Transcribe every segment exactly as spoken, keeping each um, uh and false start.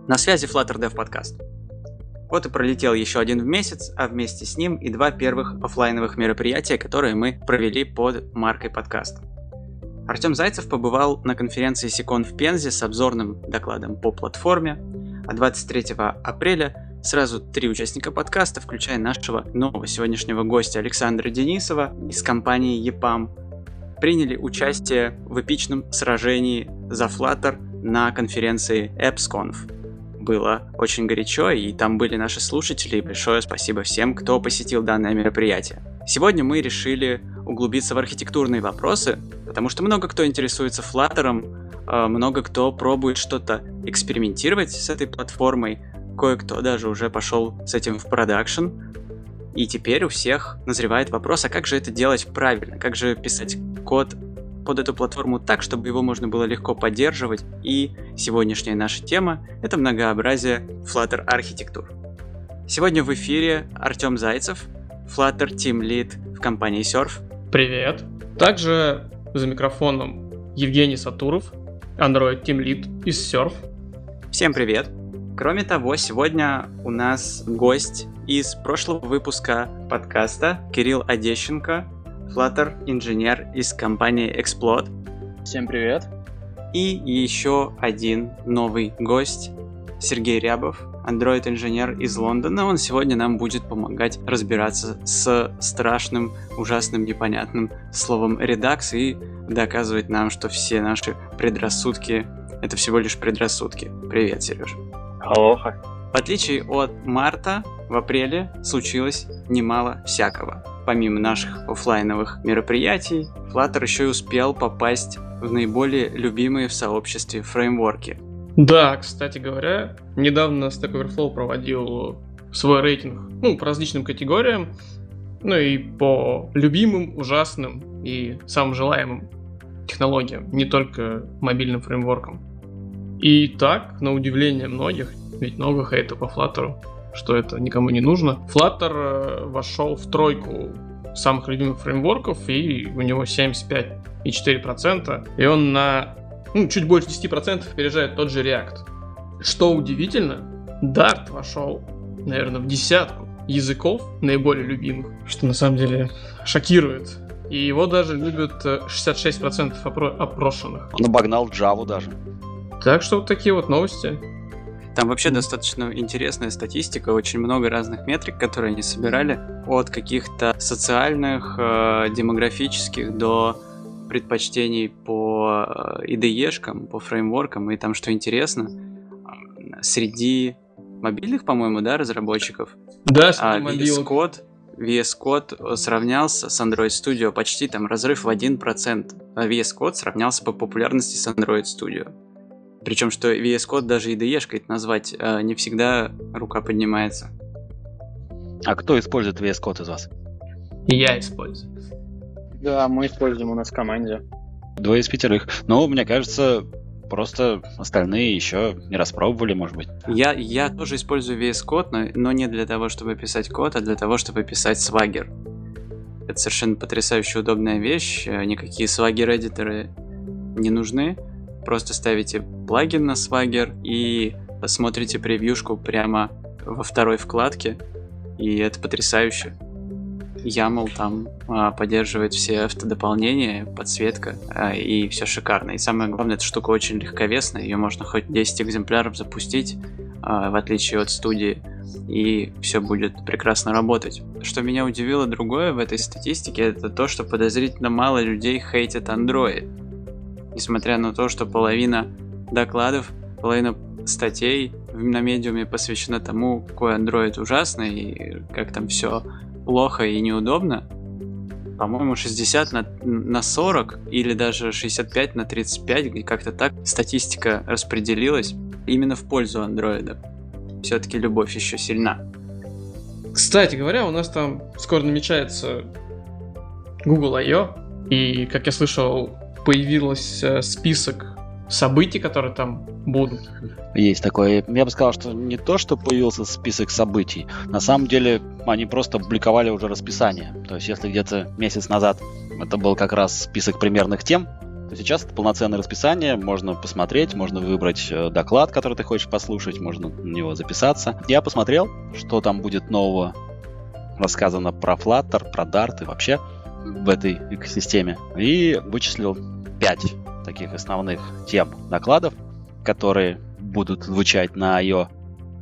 На связи Flutter Dev Podcast. Вот и пролетел еще один месяц, а вместе с ним и два первых офлайновых мероприятия, которые мы провели под маркой подкаста. Артем Зайцев побывал на конференции Сикон в Пензе с обзорным докладом по платформе, а двадцать третьего апреля сразу три участника подкаста, включая нашего нового сегодняшнего гостя Александра Денисова из компании и пи эй эм, приняли участие в эпичном сражении за Flutter на конференции EppsConf. Было очень горячо, и там были наши слушатели, и большое спасибо всем, кто посетил данное мероприятие. Сегодня мы решили углубиться в архитектурные вопросы, потому что много кто интересуется Flutter, много кто пробует что-то экспериментировать с этой платформой, кое-кто даже уже пошел с этим в продакшн, и теперь у всех назревает вопрос, а как же это делать правильно, как же писать код под эту платформу так, чтобы его можно было легко поддерживать, и сегодняшняя наша тема — это многообразие Flutter архитектур. Сегодня в эфире Артем Зайцев, Flutter Team Lead в компании Surf. Привет. Также за микрофоном Евгений Сатуров, Android Team Lead из Surf. Всем привет. Кроме того, сегодня у нас гость из прошлого выпуска подкаста Кирилл Одещенко, Flutter инженер из компании Explode. Всем привет. И еще один новый гость, Сергей Рябов, Android инженер из Лондона. Он сегодня нам будет помогать разбираться с страшным, ужасным, непонятным словом Redux и доказывать нам, что все наши предрассудки — это всего лишь предрассудки. Привет, Сереж. Алоха. В отличие от марта, в апреле случилось немало всякого. Помимо наших офлайновых мероприятий, Flutter еще и успел попасть в наиболее любимые в сообществе фреймворки. Да, кстати говоря, недавно Stack Overflow проводил свой рейтинг, ну, по различным категориям, ну и по любимым, ужасным и самым желаемым технологиям, не только мобильным фреймворкам. И так, на удивление многих, ведь много хейта по Flutter, что это никому не нужно, Flutter вошел в тройку самых любимых фреймворков, и у него семьдесят пять целых четыре десятых процента, и он на ну, чуть больше десять процентов опережает тот же React. Что удивительно, Dart вошел, наверное, в десятку языков наиболее любимых, что на самом деле шокирует. И его даже любят шестьдесят шесть процентов опро- опрошенных. Он обогнал Java даже. Так что вот такие вот новости. Там вообще достаточно интересная статистика, очень много разных метрик, которые они собирали, от каких-то социальных, э, демографических до предпочтений по ай ди и-шкам, по фреймворкам, и там, что интересно, среди мобильных, по-моему, да, разработчиков, да, а ви эс Code, ви эс Code сравнялся с Android Studio, почти там разрыв в один процент, а ви эс Code сравнялся по популярности с Android Studio. Причем, что ви эс Code даже ай ди и-шкой назвать э, не всегда рука поднимается. А кто использует ви эс Code из вас? Я использую. Да, мы используем у нас в команде. Двое из пятерых. Ну, мне кажется, просто остальные еще не распробовали, может быть. Я, я тоже использую ви эс Code, но, но не для того, чтобы писать код, а для того, чтобы писать Swagger. Это совершенно потрясающе удобная вещь. Никакие Swagger-эдиторы не нужны. Просто ставите плагин на Swagger и посмотрите превьюшку прямо во второй вкладке, и это потрясающе. ямл там а, поддерживает все автодополнения, подсветка, а, и все шикарно. И самое главное, эта штука очень легковесная, ее можно хоть десять экземпляров запустить, а, в отличие от студии, и все будет прекрасно работать. Что меня удивило другое в этой статистике, это то, что подозрительно мало людей хейтят Android. Несмотря на то, что половина докладов, половина статей на медиуме посвящена тому, какой Android ужасный и как там все плохо и неудобно. По-моему, шестьдесят на сорок или даже шестьдесят пять на тридцать пять, и как-то так статистика распределилась именно в пользу Android. Все-таки любовь еще сильна. Кстати говоря, у нас там скоро намечается Google ай о, и, как я слышал, появился список событий, которые там будут. Есть такое. Я бы сказал, что не то, что появился список событий. На самом деле, они просто публиковали уже расписание. То есть, если где-то месяц назад это был как раз список примерных тем, то сейчас это полноценное расписание, можно посмотреть, можно выбрать доклад, который ты хочешь послушать, можно на него записаться. Я посмотрел, что там будет нового рассказано про Flutter, про Dart и вообще в этой экосистеме. И вычислил пять таких основных тем докладов, которые будут звучать на ай о.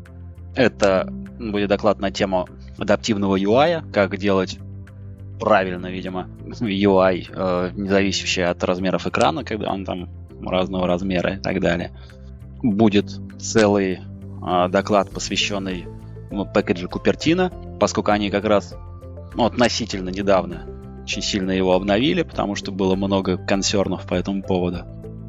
Это будет доклад на тему адаптивного ю ай, как делать правильно, видимо, ю ай, э, не зависящий от размеров экрана, когда он там разного размера и так далее. Будет целый э, доклад, посвященный пэкэджу Cupertino, поскольку они как раз ну, относительно недавно очень сильно его обновили, потому что было много консернов по этому поводу.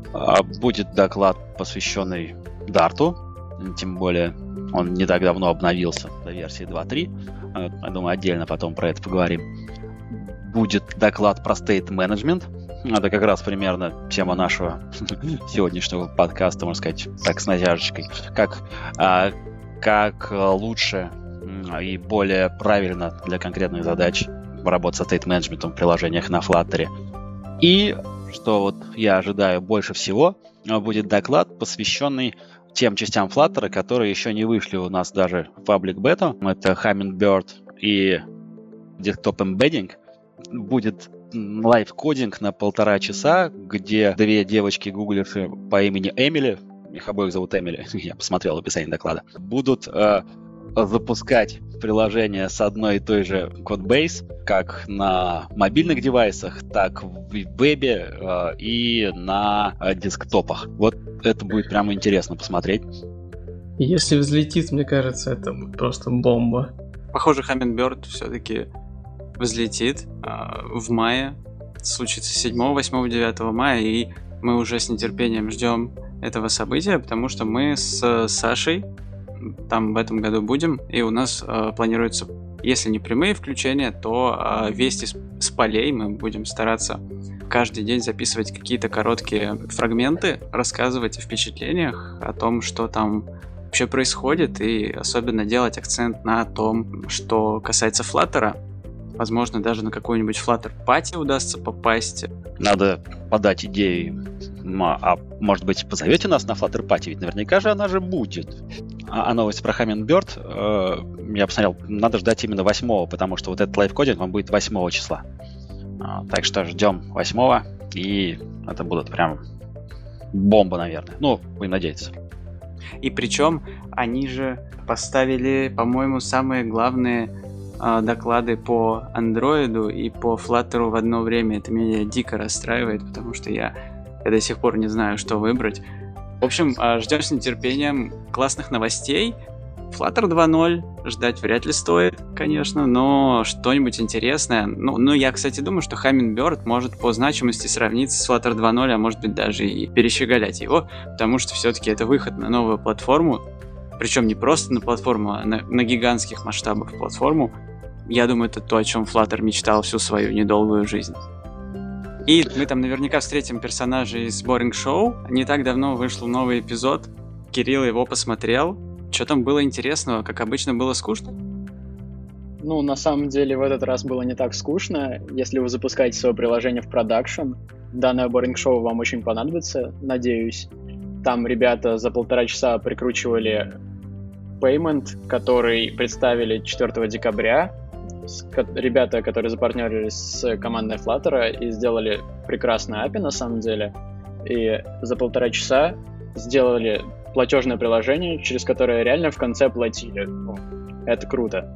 А будет доклад, посвященный Dart, тем более он не так давно обновился до версии два точка три. Я думаю, отдельно потом про это поговорим. Будет доклад про State Management. Это как раз примерно тема нашего сегодняшнего подкаста, можно сказать, так с натяжечкой. Как, а, как лучше и более правильно для конкретных задач работать со State Management в приложениях на Flutter. И, что вот я ожидаю больше всего, будет доклад, посвященный тем частям Flutter, которые еще не вышли у нас даже в Public Beta. Это Hummingbird и Desktop Embedding. Будет лайв-кодинг на полтора часа, где две девочки-гуглерши по имени Эмили, их обоих зовут Эмили, я посмотрел описание доклада, будут э, запускать приложение с одной и той же кодбейс, как на мобильных девайсах, так в вебе э, и на э, десктопах. Вот это будет прямо интересно посмотреть. Если взлетит, мне кажется, это будет просто бомба. Похоже, Hummingbird все-таки взлетит а, в мае. Это случится седьмого, восьмого, девятого мая, и мы уже с нетерпением ждем этого события, потому что мы с Сашей там в этом году будем, и у нас а, планируется, если не прямые включения, то а, вести с, с полей. Мы будем стараться каждый день записывать какие-то короткие фрагменты, рассказывать о впечатлениях, о том, что там вообще происходит, и особенно делать акцент на том, что касается Flutter. Возможно, даже на какую-нибудь Flutter Party удастся попасть. Надо подать идеи. А может быть, позовете нас на Flutter Party? Ведь наверняка же она же будет. А, а новость про Hummingbird, э, я посмотрел, надо ждать именно восьмого, потому что вот этот лайв-кодинг, он будет восьмого числа. А, так что ждем восьмого, и это будут прям бомба, наверное. Ну, будем надеяться. И причем они же поставили, по-моему, самые главные доклады по андроиду и по Flutter в одно время. Это меня дико расстраивает, потому что я, я до сих пор не знаю, что выбрать. В общем, ждем с нетерпением классных новостей. Flutter два ноль ждать вряд ли стоит, конечно, но что-нибудь интересное. Ну, ну, я, кстати, думаю, что Hummingbird может по значимости сравниться с Flutter два ноль, а может быть даже и перещеголять его, потому что все-таки это выход на новую платформу, причем не просто на платформу, а на, на гигантских масштабах платформу. Я думаю, это то, о чем Flutter мечтал всю свою недолгую жизнь. И мы там наверняка встретим персонажей из Boring Show. Не так давно вышел новый эпизод. Кирилл его посмотрел. Что там было интересного? Как обычно, было скучно? Ну, на самом деле, в этот раз было не так скучно. Если вы запускаете свое приложение в продакшн, данное Boring Show вам очень понадобится, надеюсь. Там ребята за полтора часа прикручивали payment, который представили четвёртого декабря. Ребята, которые запартнерились с командой Flutter и сделали прекрасное эй пи ай на самом деле. И за полтора часа сделали платежное приложение, через которое реально в конце платили. Ну, это круто.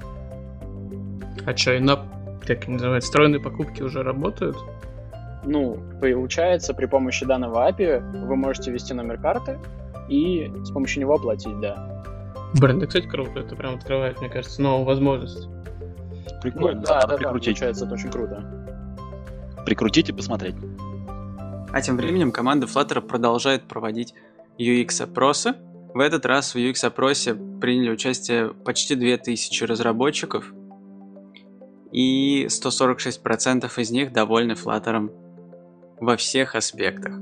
А что, и на, как называется, встроенные покупки уже работают? Ну, получается, при помощи данного эй пи ай вы можете ввести номер карты и с помощью него оплатить, да. Блин, да, кстати, круто. Это прям открывает, мне кажется, новую возможность. Прикольно, ну, да, надо да, прикрутить. Да, получается, это очень круто. Прикрутить и посмотреть. А тем временем команда Flutter продолжает проводить ю экс-опросы. В этот раз в ю экс-опросе приняли участие почти две тысячи разработчиков, и сто сорок шесть процентов из них довольны Flutter во всех аспектах.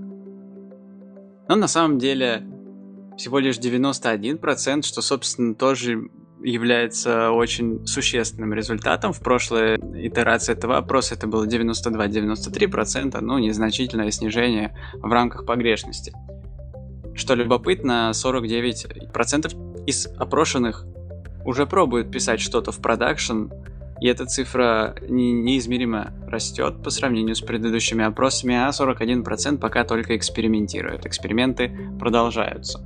Но на самом деле всего лишь девяносто один процент, что, собственно, тоже является очень существенным результатом. В прошлой итерации этого опроса это было девяносто два - девяносто три процента, ну, незначительное снижение в рамках погрешности. Что любопытно, сорок девять процентов из опрошенных уже пробуют писать что-то в продакшн, и эта цифра не- неизмеримо растет по сравнению с предыдущими опросами, а сорок один процент пока только экспериментируют. Эксперименты продолжаются.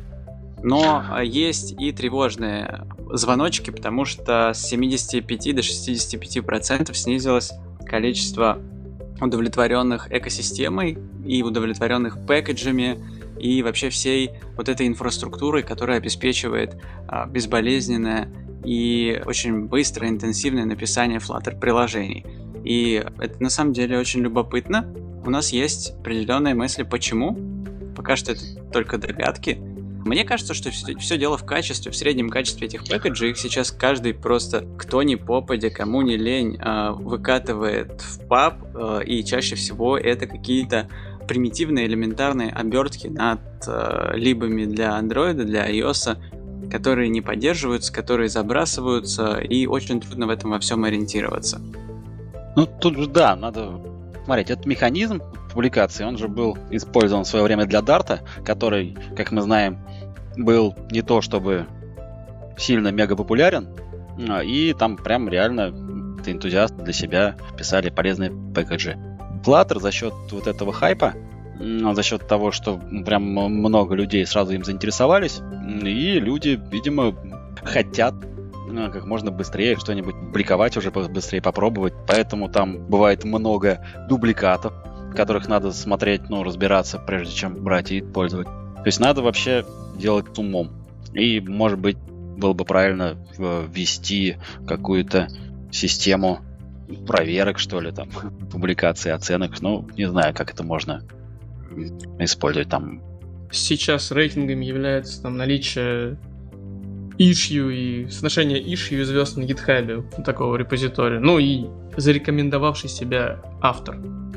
Но а, есть и тревожные звоночки, потому что с семидесяти пяти до шестидесяти пяти процентов снизилось количество удовлетворенных экосистемой и удовлетворенных пэкэджами и вообще всей вот этой инфраструктурой, которая обеспечивает а, безболезненное и очень быстрое, интенсивное написание Flutter-приложений. И это на самом деле очень любопытно. У нас есть определенные мысли, почему. Пока что это только догадки. Мне кажется, что все, все дело в качестве, в среднем качестве этих пэкэджей. Их сейчас каждый просто, кто ни попадя, кому не лень, выкатывает в паб, и чаще всего это какие-то примитивные элементарные обертки над либами для Android, для iOS, которые не поддерживаются, которые забрасываются, и очень трудно в этом во всем ориентироваться. Ну, тут же, да, надо смотреть. Этот механизм публикации, он же был использован в свое время для Дарта, который, как мы знаем, был не то чтобы сильно мега популярен, и там прям реально энтузиасты для себя писали полезные пэкэджи. Flutter за счет вот этого хайпа, за счет того, что прям много людей сразу им заинтересовались, и люди, видимо, хотят как можно быстрее что-нибудь публиковать, уже быстрее попробовать, поэтому там бывает много дубликатов, которых надо смотреть, ну, разбираться, прежде чем брать и использовать. То есть надо вообще делать с умом. И, может быть, было бы правильно ввести какую-то систему проверок, что ли, там, публикации, оценок. Ну, не знаю, как это можно использовать там. Сейчас рейтингом является там наличие issue и соотношение issue и звезд на GitHub такого репозитория. Ну и зарекомендовавший себя автор.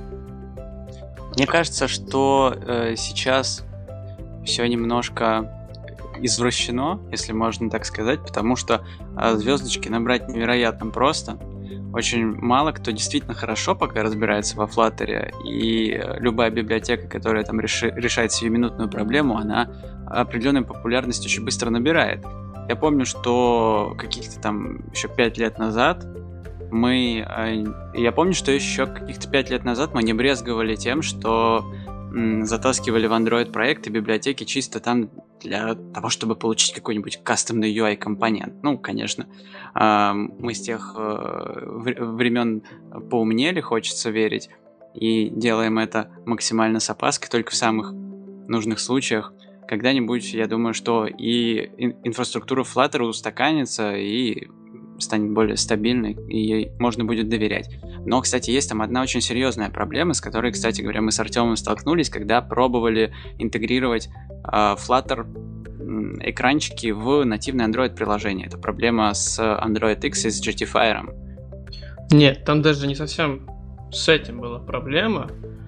Мне кажется, что э, сейчас все немножко извращено, если можно так сказать, потому что э, звездочки набрать невероятно просто. Очень мало кто действительно хорошо пока разбирается во Flutter, и любая библиотека, которая там реши, решает сиюминутную проблему, она определенную популярность очень быстро набирает. Я помню, что каких-то там еще пять лет назад мы... Я помню, что еще каких-то пять лет назад мы не брезговали тем, что м, затаскивали в Android проекты библиотеки чисто там для того, чтобы получить какой-нибудь кастомный ю ай-компонент. Ну, конечно, э, мы с тех э, времен поумнели, хочется верить, и делаем это максимально с опаской, только в самых нужных случаях. Когда-нибудь, я думаю, что и инфраструктура Flutter устаканится и станет более стабильной, и ей можно будет доверять. Но, кстати, есть там одна очень серьезная проблема, с которой, кстати говоря, мы с Артемом столкнулись, когда пробовали интегрировать э, Flutter э, экранчики в нативное Android-приложение. Это проблема с Android X и с Jettify. Нет, там даже не совсем с этим была проблема.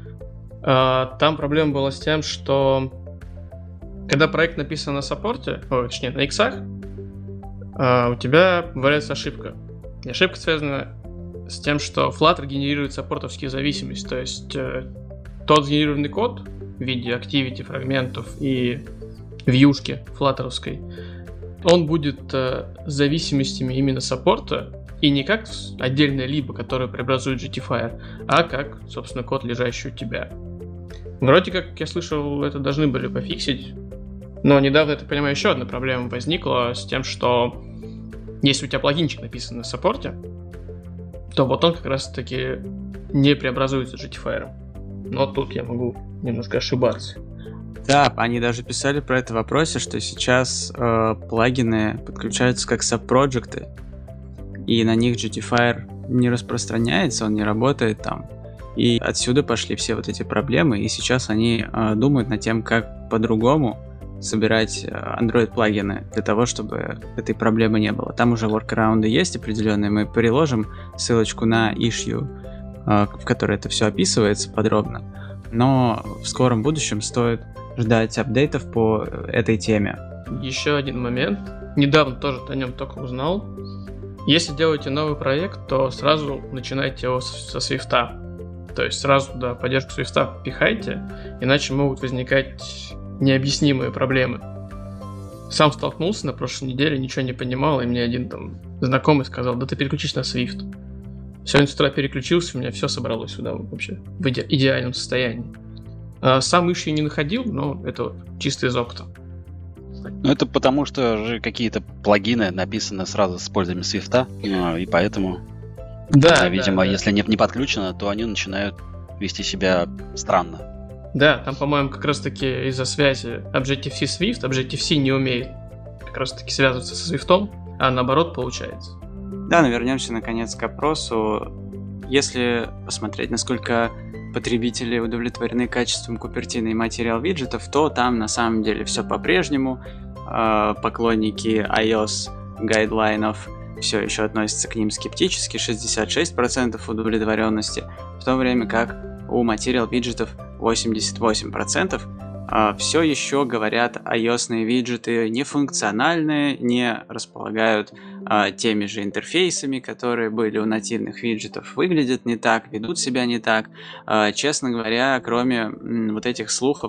А, там проблема была с тем, что когда проект написан на саппорте, о, точнее, на иксах, Uh, у тебя валяется ошибка. И ошибка связана с тем, что Flutter генерирует саппортовские зависимости. То есть uh, тот генерированный код в виде activity, фрагментов и вьюшки флаттеровской, он будет uh, зависимостями именно саппорта, и не как отдельная либо, которая преобразует Jettify, а как, собственно, код, лежащий у тебя. Вроде как, я слышал, это должны были пофиксить. Но недавно, я так понимаю, еще одна проблема возникла с тем, что если у тебя плагинчик написан на саппорте, то вот он как раз-таки не преобразуется Jettify. Но тут я могу немножко ошибаться. Да, они даже писали про это в вопросе, что сейчас э, плагины подключаются как саб-проджекты, и на них Jettify не распространяется, он не работает там. И отсюда пошли все вот эти проблемы, и сейчас они э, думают над тем, как по-другому собирать Android-плагины для того, чтобы этой проблемы не было. Там уже воркараунды есть определенные, мы приложим ссылочку на issue, в которой это все описывается подробно, но в скором будущем стоит ждать апдейтов по этой теме. Еще один момент. недавно тоже о нем только узнал. Если делаете новый проект, то сразу начинайте его со Свифта. То есть сразу туда поддержку Свифта пихайте, иначе могут возникать необъяснимые проблемы. Сам столкнулся на прошлой неделе, ничего не понимал, и мне один там знакомый сказал: да ты переключись на Swift. Сегодня с утра переключился, у меня все собралось сюда вообще в иде- идеальном состоянии. А сам issue не находил, но это вот чисто из опыта. Ну, это потому, что же какие-то плагины написаны сразу с использованием Swift, ну, и поэтому, Да, видимо, да, да. если не, не подключено, то они начинают вести себя странно. Да, там, по-моему, как раз-таки из-за связи Objective-C Swift, Objective-C не умеет как раз-таки связываться со Swift, а наоборот получается. Да, но вернемся наконец к опросу. Если посмотреть, насколько потребители удовлетворены качеством Купертина и материал виджетов, то там на самом деле все по-прежнему. Поклонники iOS гайдлайнов все еще относятся к ним скептически, шестьдесят шесть процентов удовлетворенности, в то время как у материал виджетов восемьдесят восемь процентов. Все еще говорят, iOS-ные виджеты нефункциональные, не располагают а, теми же интерфейсами, которые были у нативных виджетов, выглядят не так, ведут себя не так. А, честно говоря, кроме м, вот этих слухов,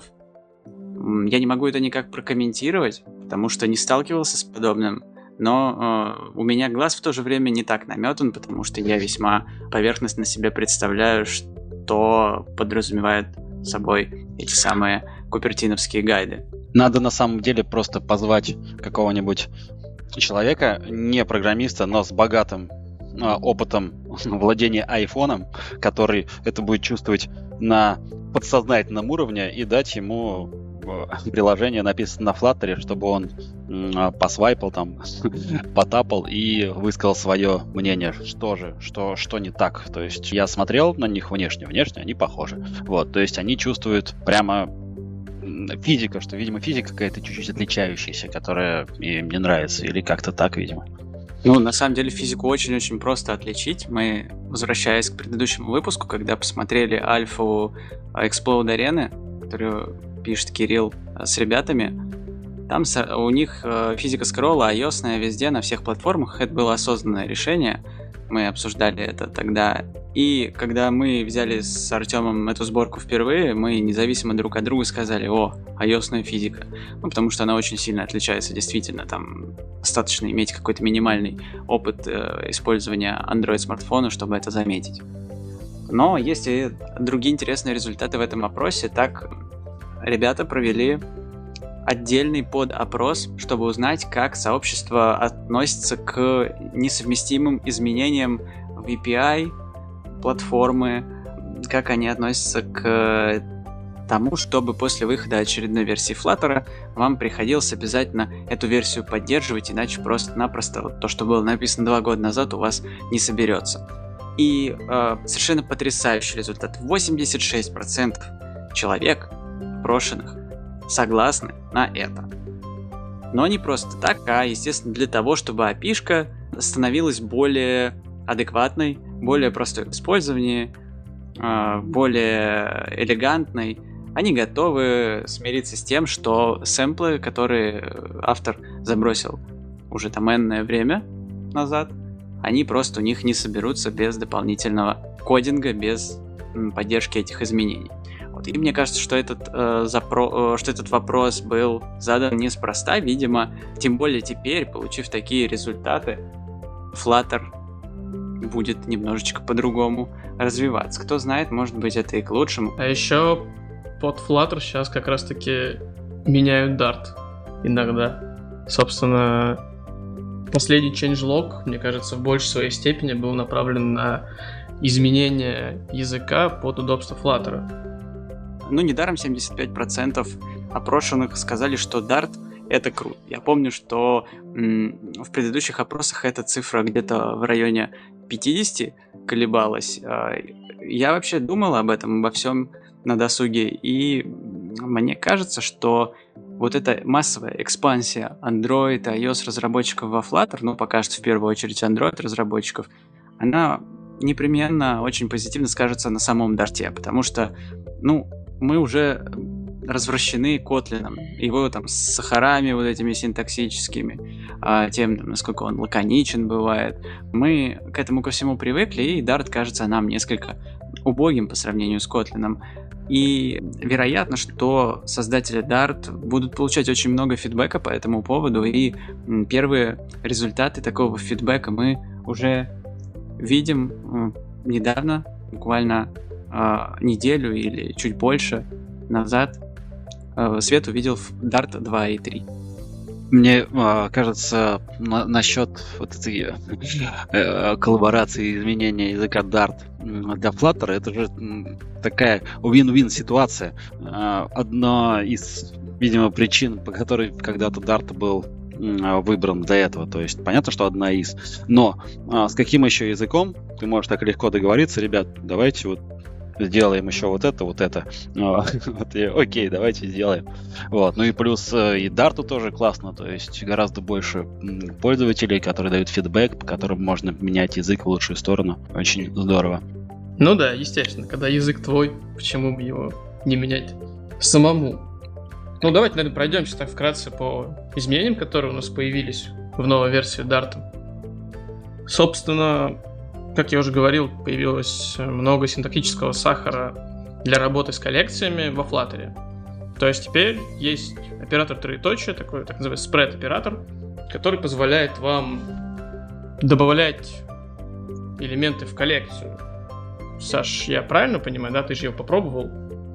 м, я не могу это никак прокомментировать, потому что не сталкивался с подобным. Но э, у меня глаз в то же время не так наметан, потому что я весьма поверхностно себе представляю, что подразумевает собой эти самые купертиновские гайды. Надо на самом деле просто позвать какого-нибудь человека, не программиста, но с богатым а, опытом владения айфоном, который это будет чувствовать на подсознательном уровне, и дать ему приложение, написанное на Flutter, чтобы он м, посвайпал там, потапал и высказал свое мнение, что же, что, что не так. То есть я смотрел на них внешне, внешне они похожи. Вот, то есть они чувствуют прямо физика, что, видимо, физика какая-то чуть-чуть отличающаяся, которая им не нравится, или как-то так, видимо. Ну, на самом деле, физику очень-очень просто отличить. Мы, возвращаясь к предыдущему выпуску, когда посмотрели альфу Explode Arena, которую пишет Кирилл с ребятами, там у них физика скролла iOS-ная везде, на всех платформах. Это было осознанное решение. Мы обсуждали это тогда. И когда мы взяли с Артемом эту сборку впервые, мы независимо друг от друга сказали: о, iOS-ная физика. Ну, потому что она очень сильно отличается, действительно. Там достаточно иметь какой-то минимальный опыт э, использования Android-смартфона, чтобы это заметить. Но есть и другие интересные результаты в этом опросе. Так, ребята провели отдельный подопрос, чтобы узнать, как сообщество относится к несовместимым изменениям в эй пи ай платформы, как они относятся к тому, чтобы после выхода очередной версии Flutter вам приходилось обязательно эту версию поддерживать, иначе просто-напросто вот то, что было написано два года назад, у вас не соберется. И э, совершенно потрясающий результат. восемьдесят шесть процентов человек, опрошенных, согласны на это. Но не просто так, а, естественно, для того, чтобы эй пи ай-шка становилась более адекватной, более простой в использовании, более элегантной. Они готовы смириться с тем, что сэмплы, которые автор забросил уже там энное время назад, они просто у них не соберутся без дополнительного кодинга, без поддержки этих изменений. Вот. И мне кажется, что этот, э, запро... что этот вопрос был задан неспроста, видимо, тем более теперь, получив такие результаты, Flutter будет немножечко по-другому развиваться. Кто знает, может быть, это и к лучшему. А еще под Flutter сейчас как раз-таки меняют Dart иногда. Собственно, последний changelog, мне кажется, в большей своей степени был направлен на изменение языка под удобство Flutter. Ну, недаром семьдесят пять процентов опрошенных сказали, что Dart — это круто. Я помню, что м- в предыдущих опросах эта цифра где-то в районе пятьдесят колебалась. Я вообще думал об этом, обо всем на досуге, и мне кажется, что вот эта массовая экспансия Android и iOS разработчиков во Flutter, ну, пока что в первую очередь Android разработчиков, она непременно очень позитивно скажется на самом Dart, потому что, ну, мы уже развращены Kotlin, его там с сахарами вот этими синтаксическими, а, тем, там, насколько он лаконичен бывает. Мы к этому ко всему привыкли, и Dart кажется нам несколько убогим по сравнению с Kotlin. И вероятно, что создатели Dart будут получать очень много фидбэка по этому поводу, и первые результаты такого фидбэка мы уже видим недавно, буквально э, неделю или чуть больше назад. Э, Свет увидел Dart два и три. Мне э, кажется, на, насчет вот этой э, коллаборации, изменения языка Dart для Flutter, это же такая win-win ситуация. Э, одна из, видимо, причин, по которой когда-то Dart был выбран для этого. То есть понятно, что одна из. Но а, с каким еще языком ты можешь так легко договориться, ребят, давайте вот сделаем еще вот это, вот это. Вот, и, окей, давайте сделаем. Вот. Ну и плюс и Dart тоже классно, то есть гораздо больше пользователей, которые дают фидбэк, по которым можно менять язык в лучшую сторону. Очень здорово. Ну да, естественно, когда язык твой, почему бы его не менять самому? Ну, давайте, наверное, пройдемся так вкратце по изменениям, которые у нас появились в новой версии Dart. Собственно, как я уже говорил, появилось много синтаксического сахара для работы с коллекциями во Flutter. То есть теперь есть оператор троеточия, такой так называемый spread-оператор, который позволяет вам добавлять элементы в коллекцию. Саш, я правильно понимаю, да? Ты же его попробовал?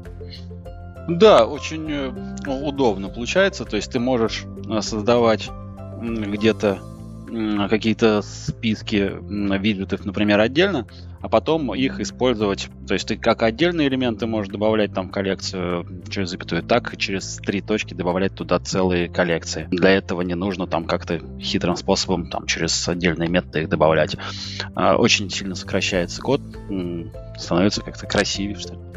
Да, очень э, удобно получается. То есть ты можешь э, создавать м, где-то м, какие-то списки м, виджетов, например, отдельно, а потом их использовать. То есть ты как отдельные элементы можешь добавлять там в коллекцию через запятую, так и через три точки добавлять туда целые коллекции. Для этого не нужно там как-то хитрым способом там через отдельные методы их добавлять. Э, очень сильно сокращается код, м, становится как-то красивее, что ли.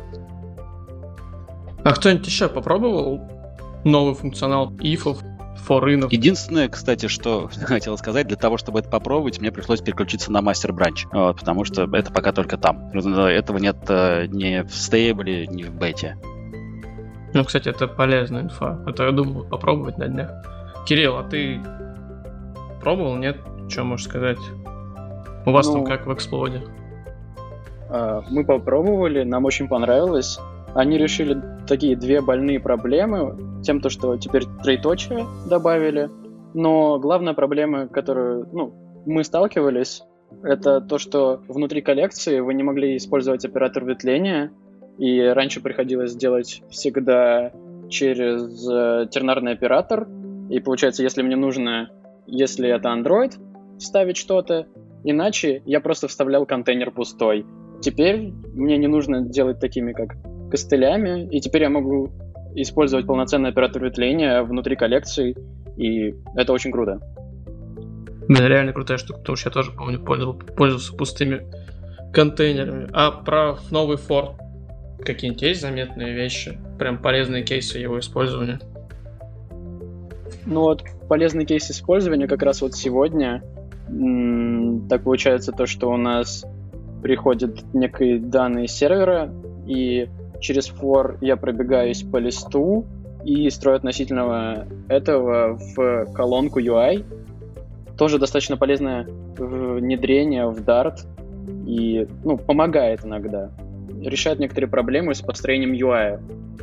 А кто-нибудь еще попробовал новый функционал ифов, форинов? Единственное, кстати, что хотел сказать, для того, чтобы это попробовать, мне пришлось переключиться на мастер-бранч, вот, потому что это пока только там. Этого нет э, ни в стейбле, ни в бете. Ну, кстати, это полезная инфа. Это я думал попробовать на днях. Кирилл, а ты пробовал, нет? Что можешь сказать? У вас ну, там как в эксплоде? Мы попробовали, нам очень понравилось. Они решили такие две больные проблемы, тем, то, что теперь троеточие добавили, но главная проблема, которую ну, мы сталкивались, это то, что внутри коллекции вы не могли использовать оператор ветвления, и раньше приходилось делать всегда через э, тернарный оператор, и получается, если мне нужно, если это Android, вставить что-то, иначе я просто вставлял контейнер пустой. Теперь мне не нужно делать такими, как костылями, и теперь я могу использовать полноценный оператор ветвления внутри коллекции, и это очень круто. Блин, реально крутая штука, потому что я тоже, помню, пользовался пустыми контейнерами. А про новый фор какие-нибудь есть заметные вещи? Прям полезные кейсы его использования? Ну вот, полезный кейс использования как раз вот сегодня. М- так получается то, что у нас приходят некие данные сервера, и через for я пробегаюсь по листу и строю относительно этого в колонку ю ай. Тоже достаточно полезное внедрение в Dart и ну, помогает иногда. Решает некоторые проблемы с построением ю ай.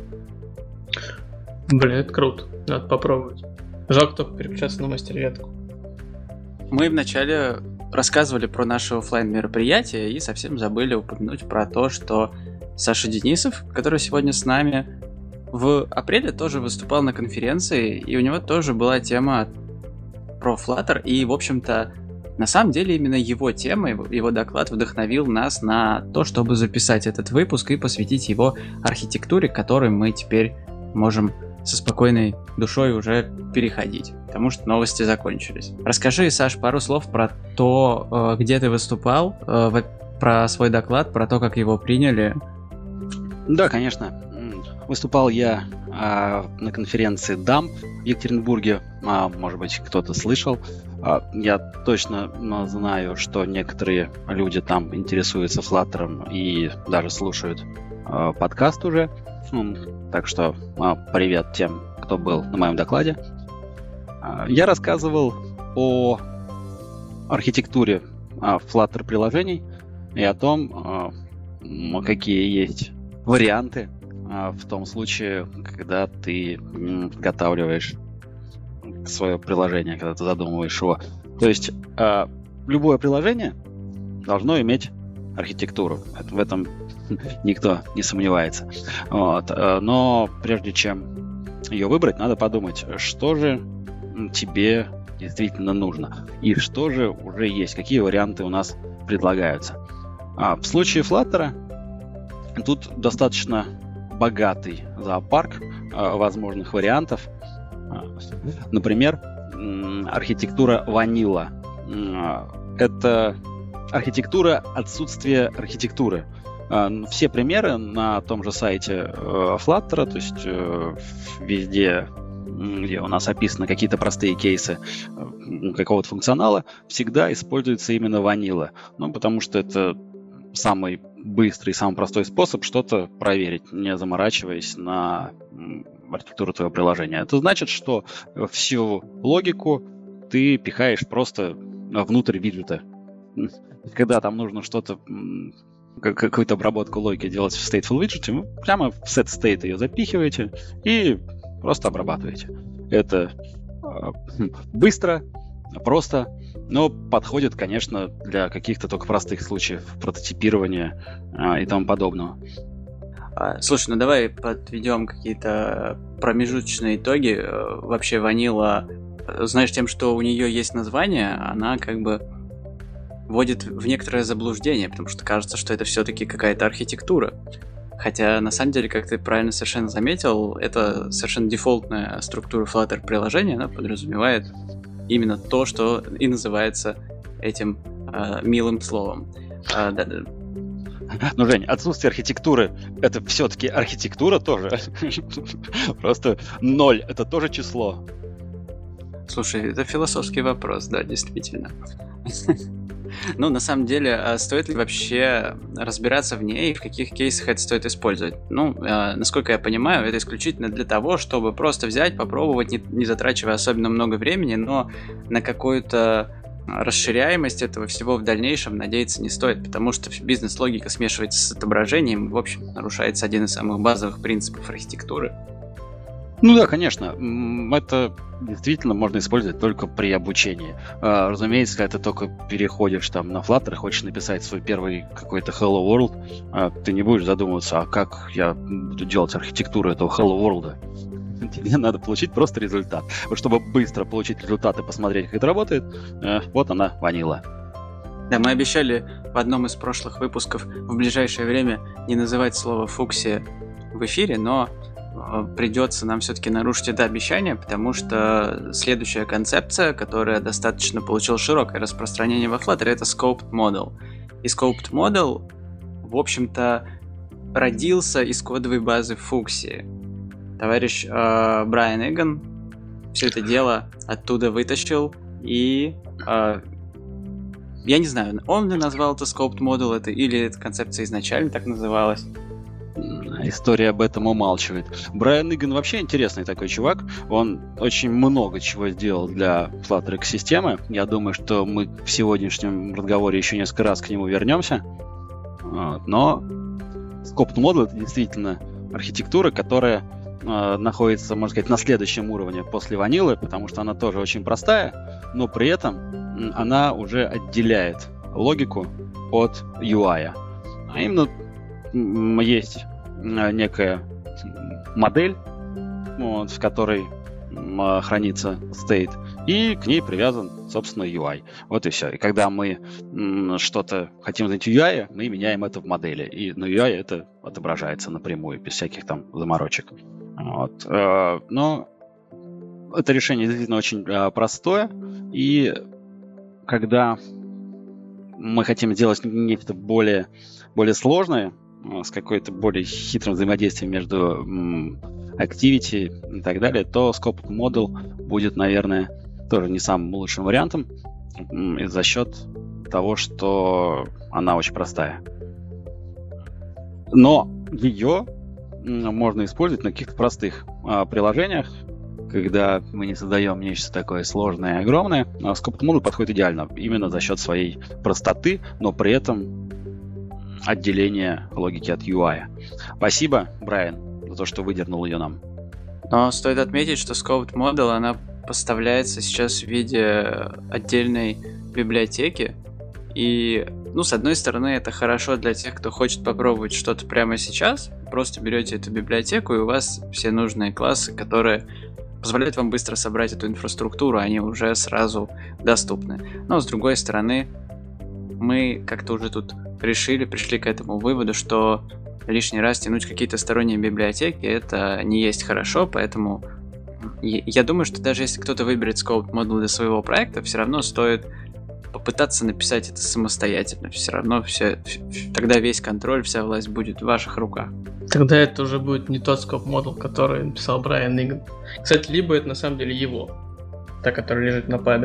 Блин, это круто. Надо попробовать. Жалко только переключаться на мастер-ветку. Мы вначале рассказывали про наше офлайн мероприятие и совсем забыли упомянуть про то, что Саша Денисов, который сегодня с нами, в апреле тоже выступал на конференции, и у него тоже была тема про Flutter, и, в общем-то, на самом деле именно его тема, его, его доклад вдохновил нас на то, чтобы записать этот выпуск и посвятить его архитектуре, к которой мы теперь можем со спокойной душой уже переходить, потому что новости закончились. Расскажи, Саш, пару слов про то, где ты выступал, про свой доклад, про то, как его приняли. Да, конечно. Выступал я а, на конференции дамп в Екатеринбурге. А, может быть, кто-то слышал. А, я точно ну, знаю, что некоторые люди там интересуются Flutter и даже слушают э, подкаст уже. Так что э, привет тем, кто был на моем докладе. Э, я рассказывал о архитектуре э, Flutter приложений и о том, э, какие есть варианты э, в том случае, когда ты э, подготавливаешь свое приложение, когда ты задумываешь его. То есть э, любое приложение должно иметь архитектуру. В этом никто не сомневается. Вот. Но прежде чем ее выбрать, надо подумать, что же тебе действительно нужно и что же уже есть, какие варианты у нас предлагаются. А в случае Flutter тут достаточно богатый зоопарк возможных вариантов. Например, архитектура Vanilla. Это архитектура отсутствия архитектуры. Все примеры на том же сайте Flutter, то есть везде, где у нас описаны какие-то простые кейсы какого-то функционала, всегда используется именно Vanilla. Ну, потому что это самый быстрый, самый простой способ что-то проверить, не заморачиваясь на архитектуру твоего приложения. Это значит, что всю логику ты пихаешь просто внутрь виджета. Когда там нужно что-то, какую-то обработку логики делать в stateful widget, вы прямо в set state ее запихиваете и просто обрабатываете. Это э, быстро, просто, но подходит, конечно, для каких-то только простых случаев прототипирования э, и тому подобного. Слушай, ну давай подведем какие-то промежуточные итоги. Вообще Vanilla, знаешь, тем, что у нее есть название, она как бы вводит в некоторое заблуждение, потому что кажется, что это все-таки какая-то архитектура. Хотя, на самом деле, как ты правильно совершенно заметил, это совершенно дефолтная структура Flutter приложения, она подразумевает именно то, что и называется этим э, милым словом. А, да, да. Ну, Жень, отсутствие архитектуры — это все-таки архитектура тоже. Просто ноль — это тоже число. Слушай, это философский вопрос, да, действительно. Ну, на самом деле, стоит ли вообще разбираться в ней, в каких кейсах это стоит использовать? Ну, насколько я понимаю, это исключительно для того, чтобы просто взять, попробовать, не, не затрачивая особенно много времени, но на какую-то расширяемость этого всего в дальнейшем надеяться не стоит, потому что бизнес-логика смешивается с отображением, в общем, нарушается один из самых базовых принципов архитектуры. Ну да, конечно. Это действительно можно использовать только при обучении. Разумеется, когда ты только переходишь там на Flutter, хочешь написать свой первый какой-то Hello World, ты не будешь задумываться, а как я буду делать архитектуру этого Hello World. Тебе надо получить просто результат. Вот чтобы быстро получить результат и посмотреть, как это работает, вот она, Vanilla. Да, мы обещали в одном из прошлых выпусков в ближайшее время не называть слово фуксия в эфире, но придется нам все-таки нарушить это обещание, потому что следующая концепция, которая достаточно получила широкое распространение во Flutter, это Scoped Model. И Scoped Model, в общем-то, родился из кодовой базы фуксии. Товарищ э, Брайан Эгон все это дело оттуда вытащил, и э, я не знаю, он ли назвал это Scoped Model, это, или эта концепция изначально так называлась. История об этом умалчивает. Брайан Иган вообще интересный такой чувак. Он очень много чего сделал для Flutter экосистемы. Я думаю, что мы в сегодняшнем разговоре еще несколько раз к нему вернемся. Но Scoped Model — это действительно архитектура, которая э, находится, можно сказать, на следующем уровне после Vanilla, потому что она тоже очень простая, но при этом она уже отделяет логику от ю ай. А именно есть некая модель, вот, в которой м, хранится state, и к ней привязан, собственно, ю ай. Вот и все. И когда мы м, что-то хотим знать в ю ай, мы меняем это в модели. И на ю ай это отображается напрямую, без всяких там заморочек. Вот. Но это решение действительно очень простое. И когда мы хотим сделать нечто более, более сложное, с какой-то более хитрым взаимодействием между activity и так далее, то Scoped Model будет, наверное, тоже не самым лучшим вариантом за счет того, что она очень простая. Но ее можно использовать на каких-то простых а, приложениях, когда мы не создаем нечто такое сложное и огромное. А Scoped Model подходит идеально, именно за счет своей простоты, но при этом отделения логики от ю ай. Спасибо, Брайан, за то, что выдернул ее нам. Но стоит отметить, что Scoped Model, она поставляется сейчас в виде отдельной библиотеки. И, ну, с одной стороны, это хорошо для тех, кто хочет попробовать что-то прямо сейчас. Просто берете эту библиотеку, и у вас все нужные классы, которые позволяют вам быстро собрать эту инфраструктуру, они уже сразу доступны. Но, с другой стороны, мы как-то уже тут решили, пришли к этому выводу, что лишний раз тянуть какие-то сторонние библиотеки, это не есть хорошо, поэтому я думаю, что даже если кто-то выберет Scoped Model для своего проекта, все равно стоит попытаться написать это самостоятельно. Все равно все, тогда весь контроль, вся власть будет в ваших руках. Тогда это уже будет не тот Scoped Model, который написал Брайан Иган. Кстати, либо это на самом деле его, та, которая лежит на пабе.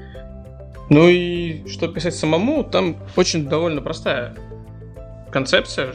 Ну и что писать самому, там очень довольно простая концепция.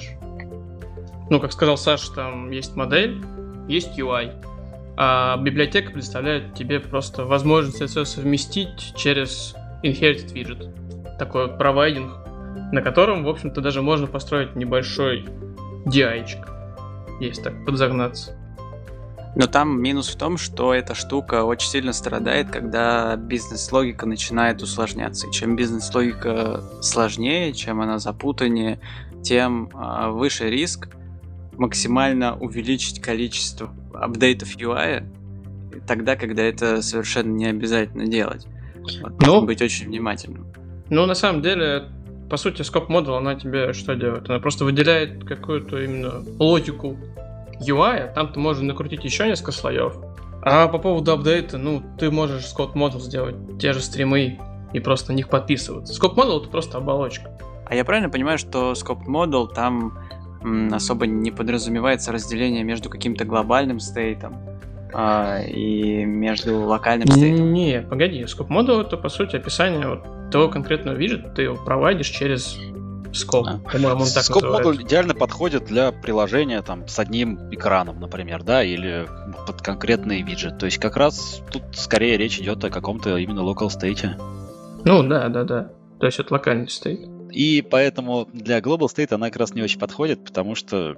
Ну, как сказал Саша, там есть модель, есть ю ай. А библиотека предоставляет тебе просто возможность это все совместить через Inherited Widget. Такой вот провайдинг, на котором, в общем-то, даже можно построить небольшой ди ай-чик, если так подзагнаться. Но там минус в том, что эта штука очень сильно страдает, когда бизнес-логика начинает усложняться. И чем бизнес-логика сложнее, чем она запутаннее, тем а, выше риск максимально увеличить количество апдейтов ю ай, тогда, когда это совершенно не обязательно делать. Вот, нужно ну, быть очень внимательным. Ну, на самом деле, по сути, Scoped Model, она тебе что делает? Она просто выделяет какую-то именно логику ю ай, там ты можешь накрутить еще несколько слоев. А по поводу апдейта, ну, ты можешь Scoped Model сделать те же стримы и просто на них подписываться. Scoped Model — это просто оболочка. А я правильно понимаю, что Scoped Model там м, особо не подразумевается разделение между каким-то глобальным стейтом а, и между локальным стейтом? Не, погоди, Scoped Model — это, по сути, описание вот того конкретного виджета, ты его проводишь через Scope. А. По-моему, он так Scope называется. Model идеально подходит для приложения там с одним экраном, например, да, или под конкретный виджет. То есть как раз тут скорее речь идет о каком-то именно local state. Ну да, да, да. То есть это локальный стейт. И поэтому для global state она как раз не очень подходит, потому что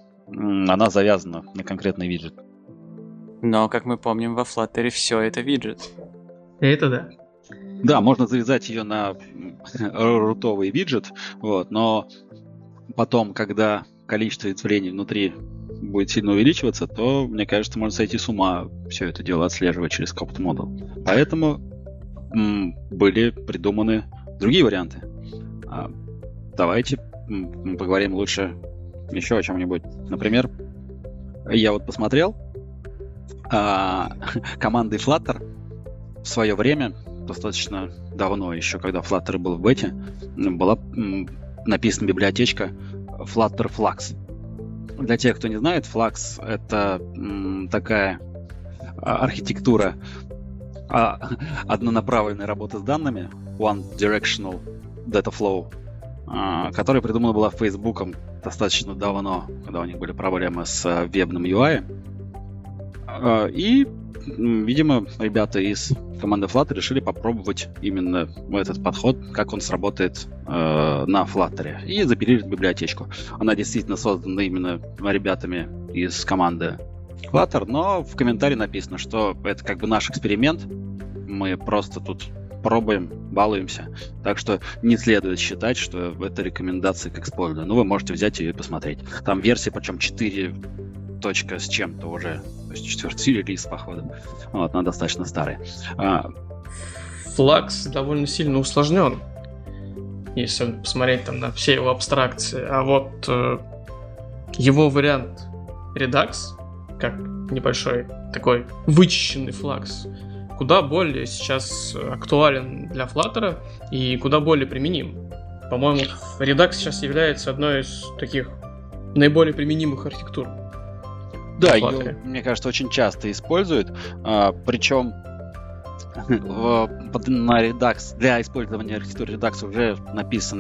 м, она завязана на конкретный виджет. Но, как мы помним, во Flutter все это виджет. Это да. Да, можно завязать ее на рутовый виджет, вот, но потом, когда количество ветвлений внутри будет сильно увеличиваться, то, мне кажется, можно сойти с ума все это дело отслеживать через Scoped Model. Поэтому м, были придуманы другие варианты. А, давайте м, поговорим лучше еще о чем-нибудь. Например, я вот посмотрел, а, командой Flutter в свое время, достаточно давно, еще когда Flutter был в бете, была м, написана библиотечка Flutter Flux. Для тех, кто не знает, Flux — это м, такая архитектура а, однонаправленной работы с данными, One Directional Data Flow, а, которая придумана была Фейсбуком достаточно давно, когда у них были проблемы с вебным ю ай. А, и видимо, ребята из команды Flutter решили попробовать именно этот подход, как он сработает э, на Flutter, и запилили библиотечку. Она действительно создана именно ребятами из команды Flutter, но в комментарии написано, что это как бы наш эксперимент, мы просто тут пробуем, балуемся, так что не следует считать, что это рекомендация к эксплойду. Ну, вы можете взять ее и посмотреть. Там версия, причем четыре точка с чем-то уже, то есть четвертый релиз, походу. Вот, она достаточно старая. А... Flux довольно сильно усложнен, если посмотреть там на все его абстракции. А вот э, его вариант Redux, как небольшой такой вычищенный Flux, куда более сейчас актуален для Flutter и куда более применим. По-моему, Redux сейчас является одной из таких наиболее применимых архитектур. Да, ее, мне кажется, очень часто используют, а, причем в, на Redux, для использования архитектуры Redux уже написано